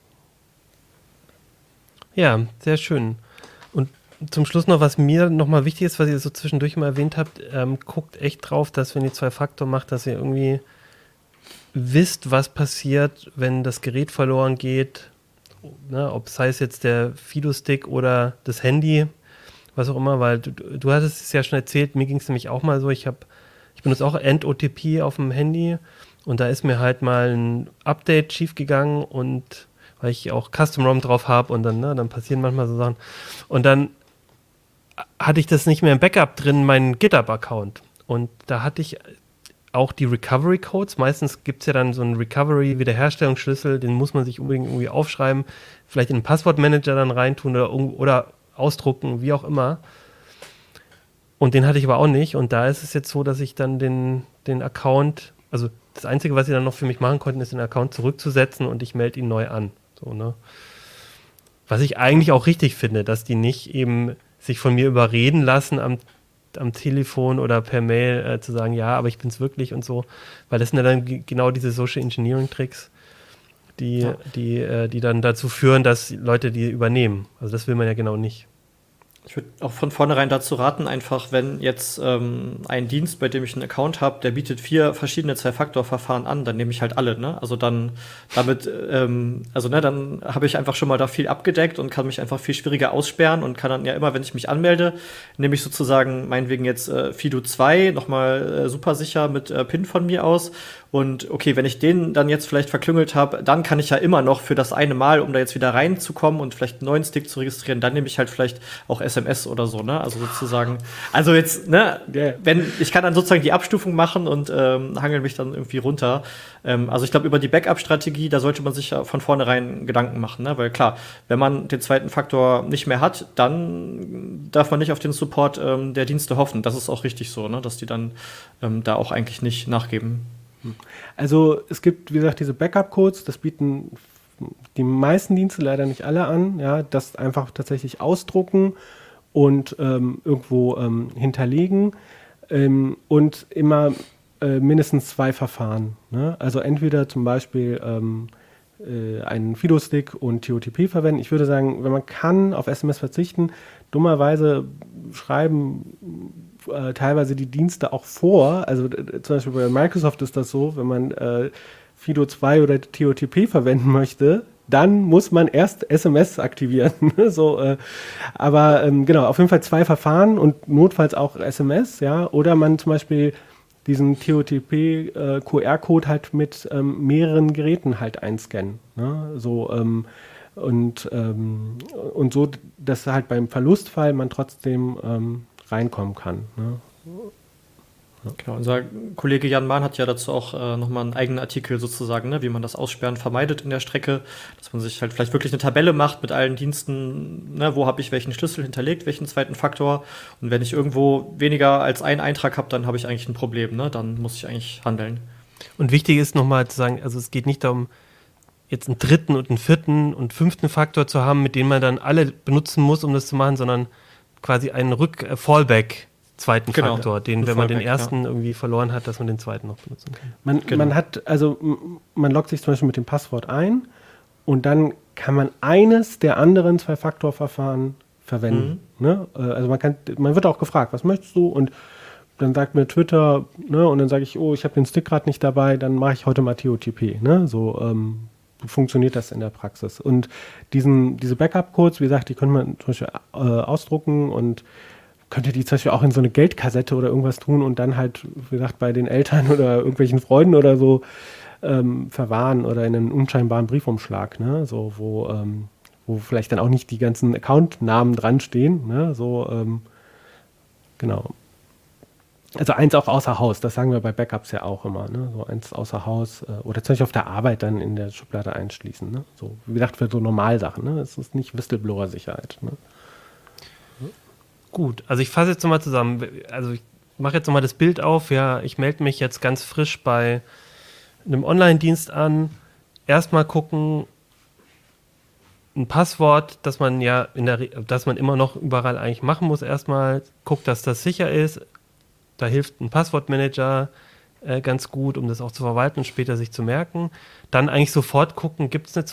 Ja, sehr schön. Und zum Schluss noch, was mir nochmal wichtig ist, was ihr so zwischendurch mal erwähnt habt, ähm, guckt echt drauf, dass wenn ihr Zwei-Faktor macht, dass ihr irgendwie wisst, was passiert, wenn das Gerät verloren geht, ne, ob es heißt jetzt der Fido-Stick oder das Handy, was auch immer, weil du, du hattest es ja schon erzählt, mir ging es nämlich auch mal so, ich habe, ich benutze auch End-O T P auf dem Handy und da ist mir halt mal ein Update schiefgegangen und weil ich auch Custom-ROM drauf habe und dann, ne, dann passieren manchmal so Sachen und dann hatte ich das nicht mehr im Backup drin, meinen GitHub-Account. Und da hatte ich auch die Recovery-Codes. Meistens gibt es ja dann so einen Recovery-Wiederherstellungsschlüssel, den muss man sich unbedingt irgendwie aufschreiben, vielleicht in einen Passwortmanager dann reintun oder, oder ausdrucken, wie auch immer. Und den hatte ich aber auch nicht. Und da ist es jetzt so, dass ich dann den, den Account, also das Einzige, was sie dann noch für mich machen konnten, ist den Account zurückzusetzen und ich melde ihn neu an. So, ne? Was ich eigentlich auch richtig finde, dass die nicht eben sich von mir überreden lassen, am, am Telefon oder per Mail äh, zu sagen, ja, aber ich bin's wirklich und so. Weil das sind ja dann g- genau diese Social Engineering Tricks, die, ja. die, äh, die dann dazu führen, dass Leute die übernehmen. Also das will man ja genau nicht. Ich würde auch von vornherein dazu raten, einfach, wenn jetzt ähm, ein Dienst, bei dem ich einen Account habe, der bietet vier verschiedene Zwei-Faktor-Verfahren an, dann nehme ich halt alle, ne? Also dann damit, ähm, also ne, dann habe ich einfach schon mal da viel abgedeckt und kann mich einfach viel schwieriger aussperren und kann dann ja immer, wenn ich mich anmelde, nehme ich sozusagen meinetwegen jetzt äh, Fido zwei nochmal äh, super sicher mit äh, PIN von mir aus. Und okay, wenn ich den dann jetzt vielleicht verklüngelt habe, dann kann ich ja immer noch für das eine Mal, um da jetzt wieder reinzukommen und vielleicht einen neuen Stick zu registrieren, dann nehme ich halt vielleicht auch S M S oder so, ne? Also sozusagen, also jetzt, ne, yeah. wenn ich kann dann sozusagen die Abstufung machen und ähm, hangel mich dann irgendwie runter. Ähm, also ich glaube, über die Backup-Strategie, da sollte man sich ja von vornherein Gedanken machen, ne? Weil klar, wenn man den zweiten Faktor nicht mehr hat, dann darf man nicht auf den Support ähm, der Dienste hoffen. Das ist auch richtig so, ne? Dass die dann ähm, da auch eigentlich nicht nachgeben. Also es gibt, wie gesagt, diese Backup-Codes, das bieten die meisten Dienste, leider nicht alle an, ja, das einfach tatsächlich ausdrucken und ähm, irgendwo ähm, hinterlegen ähm, und immer äh, mindestens zwei Verfahren. Ne? Also entweder zum Beispiel ähm, äh, einen Fido-Stick und T O T P verwenden. Ich würde sagen, wenn man kann, auf S M S verzichten, dummerweise schreiben äh, teilweise die Dienste auch vor. Also äh, zum Beispiel bei Microsoft ist das so, wenn man äh, Fido zwei oder T O T P verwenden möchte, dann muss man erst S M S aktivieren. so, äh, aber ähm, genau, auf jeden Fall zwei Verfahren und notfalls auch S M S, ja, oder man zum Beispiel diesen T O T P-Q R-Code halt mit ähm, mehreren Geräten halt einscannen. Ne? So, ähm, und, ähm, und so, dass halt beim Verlustfall man trotzdem ähm, reinkommen kann. Ne? Ja. Genau, unser Kollege Jan Mahn hat ja dazu auch äh, nochmal einen eigenen Artikel sozusagen, ne, wie man das Aussperren vermeidet in der Strecke, dass man sich halt vielleicht wirklich eine Tabelle macht mit allen Diensten, ne, wo habe ich welchen Schlüssel hinterlegt, welchen zweiten Faktor, und wenn ich irgendwo weniger als einen Eintrag habe, dann habe ich eigentlich ein Problem, ne, dann muss ich eigentlich handeln. Und wichtig ist nochmal zu sagen, also es geht nicht darum, jetzt einen dritten und einen vierten und fünften Faktor zu haben, mit dem man dann alle benutzen muss, um das zu machen, sondern quasi einen Rück-Fallback zweiten genau. Faktor, den, wenn man den ersten ja. irgendwie verloren hat, dass man den zweiten noch benutzen kann. Man, genau. man hat, also man loggt sich zum Beispiel mit dem Passwort ein und dann kann man eines der anderen Zwei-Faktor-Verfahren verwenden. Mhm. Ne? Also man kann, man wird auch gefragt, was möchtest du? Und dann sagt mir Twitter, ne, und dann sage ich, oh, ich habe den Stick gerade nicht dabei, dann mache ich heute mal T O T P. Ne? So ähm, funktioniert das in der Praxis. Und diesen, diese Backup-Codes, wie gesagt, die können man zum Beispiel äh, ausdrucken und könnte die zum Beispiel auch in so eine Geldkassette oder irgendwas tun und dann halt, wie gesagt, bei den Eltern oder irgendwelchen Freunden oder so ähm, verwahren oder in einen unscheinbaren Briefumschlag, ne? So, wo, ähm, wo vielleicht dann auch nicht die ganzen Account-Namen dran stehen, ne? So, ähm, genau. Also eins auch außer Haus, das sagen wir bei Backups ja auch immer, ne? So eins außer Haus äh, oder zum Beispiel auf der Arbeit dann in der Schublade einschließen, ne? So, wie gesagt, für so Normalsachen, ne? Es ist nicht Whistleblower-Sicherheit, ne? Gut, also ich fasse jetzt nochmal zusammen. Also ich mache jetzt nochmal das Bild auf. Ja, ich melde mich jetzt ganz frisch bei einem Online-Dienst an. Erstmal gucken, ein Passwort, das man ja in der, das man immer noch überall eigentlich machen muss. Erstmal guckt, dass das sicher ist. Da hilft ein Passwortmanager äh, ganz gut, um das auch zu verwalten und später sich zu merken. Dann eigentlich sofort gucken, gibt es eine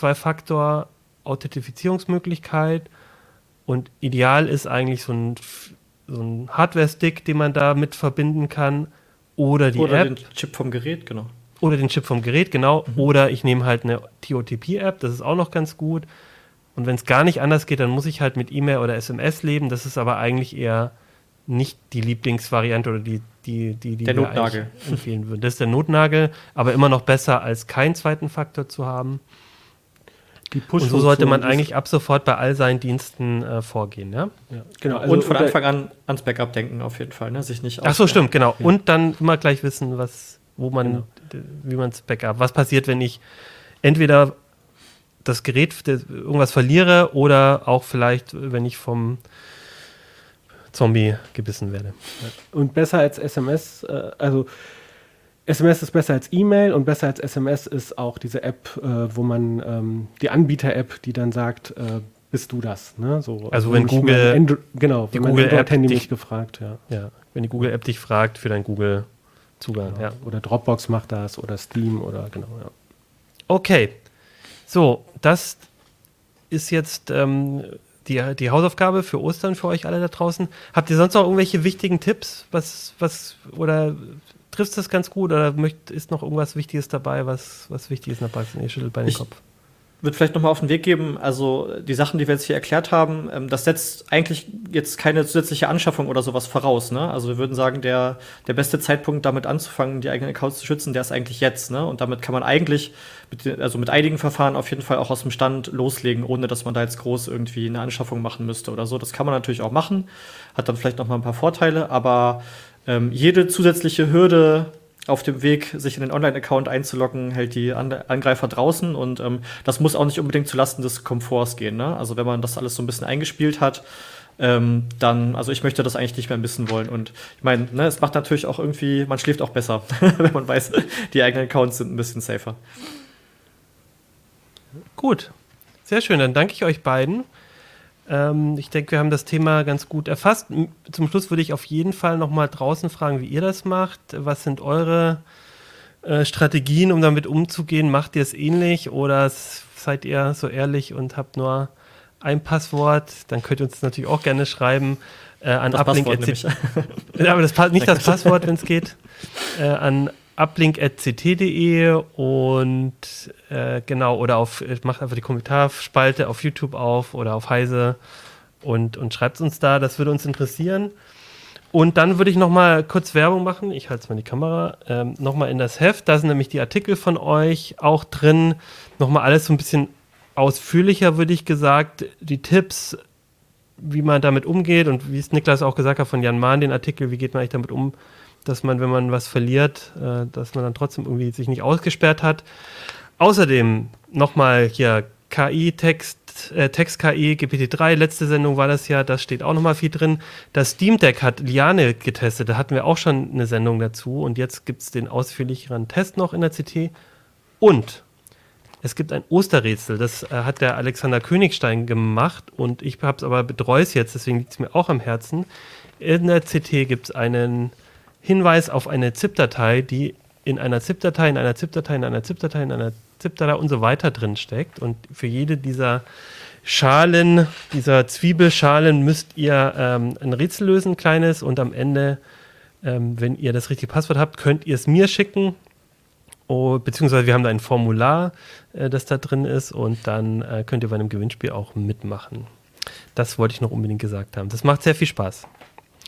Zwei-Faktor-Authentifizierungsmöglichkeit? Und ideal ist eigentlich so ein, so ein Hardware-Stick, den man da mit verbinden kann. Oder die oder App. Oder den Chip vom Gerät, genau. Oder den Chip vom Gerät, genau. Mhm. Oder ich nehme halt eine T O T P-App, das ist auch noch ganz gut. Und wenn es gar nicht anders geht, dann muss ich halt mit E-Mail oder S M S leben. Das ist aber eigentlich eher nicht die Lieblingsvariante oder die, die, die, die der wir Notnagel empfehlen würden. Das ist der Notnagel, aber immer noch besser, als keinen zweiten Faktor zu haben. Die Push und so sollte man eigentlich ab sofort bei all seinen Diensten äh, vorgehen, ja? Ja, genau. Also und von Anfang an ans Backup denken auf jeden Fall, ne? Sich nicht Ach so, stimmt, genau. Ja. Und dann immer gleich wissen, was, wo man, genau. d- wie man es Backup. Was passiert, wenn ich entweder das Gerät irgendwas verliere oder auch vielleicht, wenn ich vom Zombie gebissen werde. Und besser als S M S, äh, also S M S ist besser als E-Mail und besser als S M S ist auch diese App, äh, wo man, ähm, die Anbieter-App, die dann sagt, äh, bist du das? Ne? So, also wenn Google, Andro- genau, die Google-App Handy dich mich gefragt, ja. ja. Wenn die Google-App dich fragt für deinen Google-Zugang, genau. ja. Oder Dropbox macht das oder Steam oder genau, ja. Okay, so, das ist jetzt ähm, die, die Hausaufgabe für Ostern für euch alle da draußen. Habt ihr sonst noch irgendwelche wichtigen Tipps? Was, was, oder triffst du das ganz gut oder möcht, ist noch irgendwas Wichtiges dabei, was, was wichtig ist? Ihr schüttelt bei den Kopf. Ich würde vielleicht nochmal auf den Weg geben, also die Sachen, die wir jetzt hier erklärt haben, ähm, das setzt eigentlich jetzt keine zusätzliche Anschaffung oder sowas voraus, ne? Also wir würden sagen, der, der beste Zeitpunkt, damit anzufangen, die eigenen Accounts zu schützen, der ist eigentlich jetzt, ne? Und damit kann man eigentlich, mit, also mit einigen Verfahren auf jeden Fall auch aus dem Stand loslegen, ohne dass man da jetzt groß irgendwie eine Anschaffung machen müsste oder so. Das kann man natürlich auch machen, hat dann vielleicht noch mal ein paar Vorteile, aber ähm, jede zusätzliche Hürde auf dem Weg, sich in den Online-Account einzuloggen, hält die Angreifer draußen und ähm, das muss auch nicht unbedingt zulasten des Komforts gehen, ne? Also wenn man das alles so ein bisschen eingespielt hat, ähm, dann, also ich möchte das eigentlich nicht mehr missen wollen und ich meine, ne, es macht natürlich auch irgendwie, man schläft auch besser, wenn man weiß, die eigenen Accounts sind ein bisschen safer. Gut, sehr schön, dann danke ich euch beiden. Ähm, ich denke, wir haben das Thema ganz gut erfasst. Zum Schluss würde ich auf jeden Fall noch mal draußen fragen, wie ihr das macht. Was sind eure äh, Strategien, um damit umzugehen? Macht ihr es ähnlich oder seid ihr so ehrlich und habt nur ein Passwort? Dann könnt ihr uns natürlich auch gerne schreiben äh, an das uplink. Passwort nämlich. Ja, aber das passt nicht das Passwort, wenn es geht. Äh, an uplink at c t punkt d e und äh, genau, oder auf, macht einfach die Kommentarspalte auf YouTube auf oder auf Heise und, und schreibt es uns da, das würde uns interessieren. Und dann würde ich nochmal kurz Werbung machen, ich halte es mal in die Kamera, ähm, nochmal in das Heft, da sind nämlich die Artikel von euch auch drin, nochmal alles so ein bisschen ausführlicher, würde ich gesagt, die Tipps, wie man damit umgeht und wie es Niklas auch gesagt hat von Jan Mahn, den Artikel, wie geht man eigentlich damit um, dass man, wenn man was verliert, äh, dass man dann trotzdem irgendwie sich nicht ausgesperrt hat. Außerdem nochmal hier K I, Text, äh, Text-K I, G P T drei, letzte Sendung war das ja, das steht auch nochmal viel drin. Das Steam Deck hat Liane getestet, da hatten wir auch schon eine Sendung dazu und jetzt gibt es den ausführlicheren Test noch in der C T. Und es gibt ein Osterrätsel, das äh, hat der Alexander Königstein gemacht und ich habe es aber betreue es jetzt, deswegen liegt es mir auch am Herzen. In der C T gibt es einen Hinweis auf eine ZIP-Datei, die in einer ZIP-Datei, in einer ZIP-Datei, in einer ZIP-Datei, in einer ZIP-Datei und so weiter drin steckt. Und für jede dieser Schalen, dieser Zwiebelschalen müsst ihr ähm, ein Rätsel lösen, ein kleines. Und am Ende, ähm, wenn ihr das richtige Passwort habt, könnt ihr es mir schicken. Oh, beziehungsweise wir haben da ein Formular, äh, das da drin ist. Und dann äh, könnt ihr bei einem Gewinnspiel auch mitmachen. Das wollte ich noch unbedingt gesagt haben. Das macht sehr viel Spaß.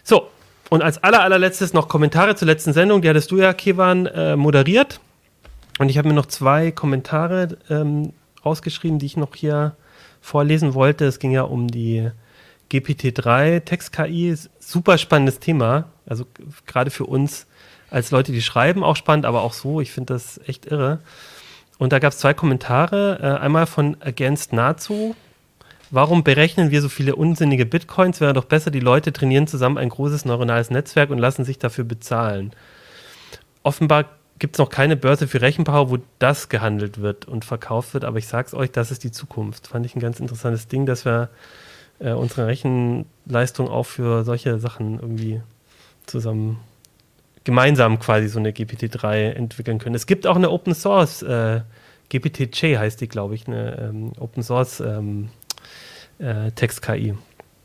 So, und als aller, allerletztes noch Kommentare zur letzten Sendung. Die hattest du ja, Kevan, äh, moderiert. Und ich habe mir noch zwei Kommentare ähm, rausgeschrieben, die ich noch hier vorlesen wollte. Es ging ja um die G P T drei Text-K I. Super spannendes Thema. Also gerade für uns als Leute, die schreiben, auch spannend, aber auch so. Ich finde das echt irre. Und da gab es zwei Kommentare. Äh, einmal von Against Nazu. Warum berechnen wir so viele unsinnige Bitcoins? Wäre doch besser, die Leute trainieren zusammen ein großes neuronales Netzwerk und lassen sich dafür bezahlen. Offenbar gibt es noch keine Börse für Rechenpower, wo das gehandelt wird und verkauft wird, aber ich sag's euch, das ist die Zukunft. Fand ich ein ganz interessantes Ding, dass wir äh, unsere Rechenleistung auch für solche Sachen irgendwie zusammen, gemeinsam quasi so eine G P T drei entwickeln können. Es gibt auch eine Open Source, äh, G P T J heißt die, glaube ich, eine ähm, Open Source ähm, äh, Text-K I.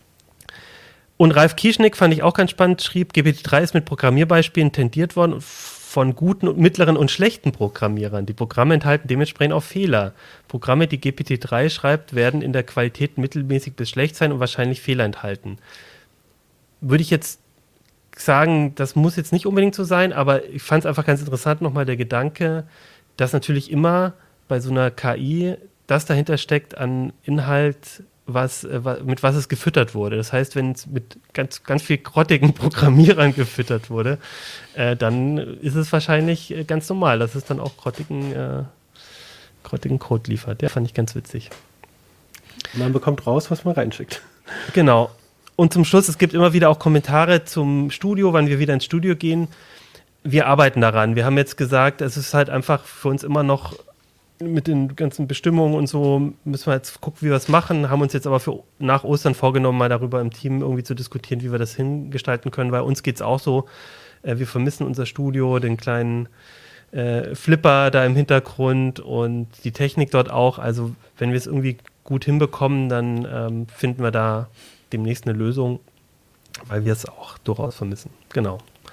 Und Ralf Kieschnick fand ich auch ganz spannend, schrieb, G P T drei ist mit Programmierbeispielen tendiert worden von guten, mittleren und schlechten Programmierern. Die Programme enthalten dementsprechend auch Fehler. Programme, die G P T drei schreibt, werden in der Qualität mittelmäßig bis schlecht sein und wahrscheinlich Fehler enthalten. Würde ich jetzt sagen, das muss jetzt nicht unbedingt so sein, aber ich fand es einfach ganz interessant, nochmal der Gedanke, dass natürlich immer bei so einer K I das dahinter steckt an Inhalt, was, mit was es gefüttert wurde. Das heißt, wenn es mit ganz, ganz viel grottigen Programmierern gefüttert wurde, äh, dann ist es wahrscheinlich ganz normal, dass es dann auch grottigen, äh, grottigen Code liefert. Der fand ich ganz witzig. Man bekommt raus, was man reinschickt. Genau. Und zum Schluss, es gibt immer wieder auch Kommentare zum Studio, wann wir wieder ins Studio gehen. Wir arbeiten daran. Wir haben jetzt gesagt, es ist halt einfach für uns immer noch mit den ganzen Bestimmungen und so, müssen wir jetzt gucken, wie wir es machen, haben uns jetzt aber für nach Ostern vorgenommen, mal darüber im Team irgendwie zu diskutieren, wie wir das hingestalten können. Bei uns geht es auch so, äh, wir vermissen unser Studio, den kleinen äh, Flipper da im Hintergrund und die Technik dort auch. Also wenn wir es irgendwie gut hinbekommen, dann ähm, finden wir da demnächst eine Lösung, weil wir es auch durchaus vermissen. Genau.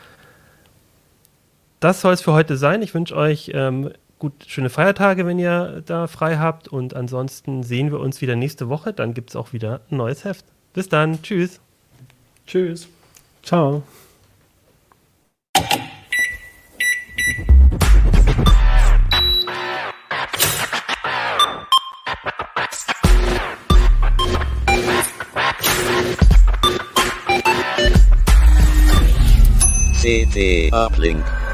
Das soll es für heute sein. Ich wünsche euch ähm, gut, schöne Feiertage, wenn ihr da frei habt. Und ansonsten sehen wir uns wieder nächste Woche. Dann gibt es auch wieder ein neues Heft. Bis dann. Tschüss. Tschüss. Ciao. C T Uplink.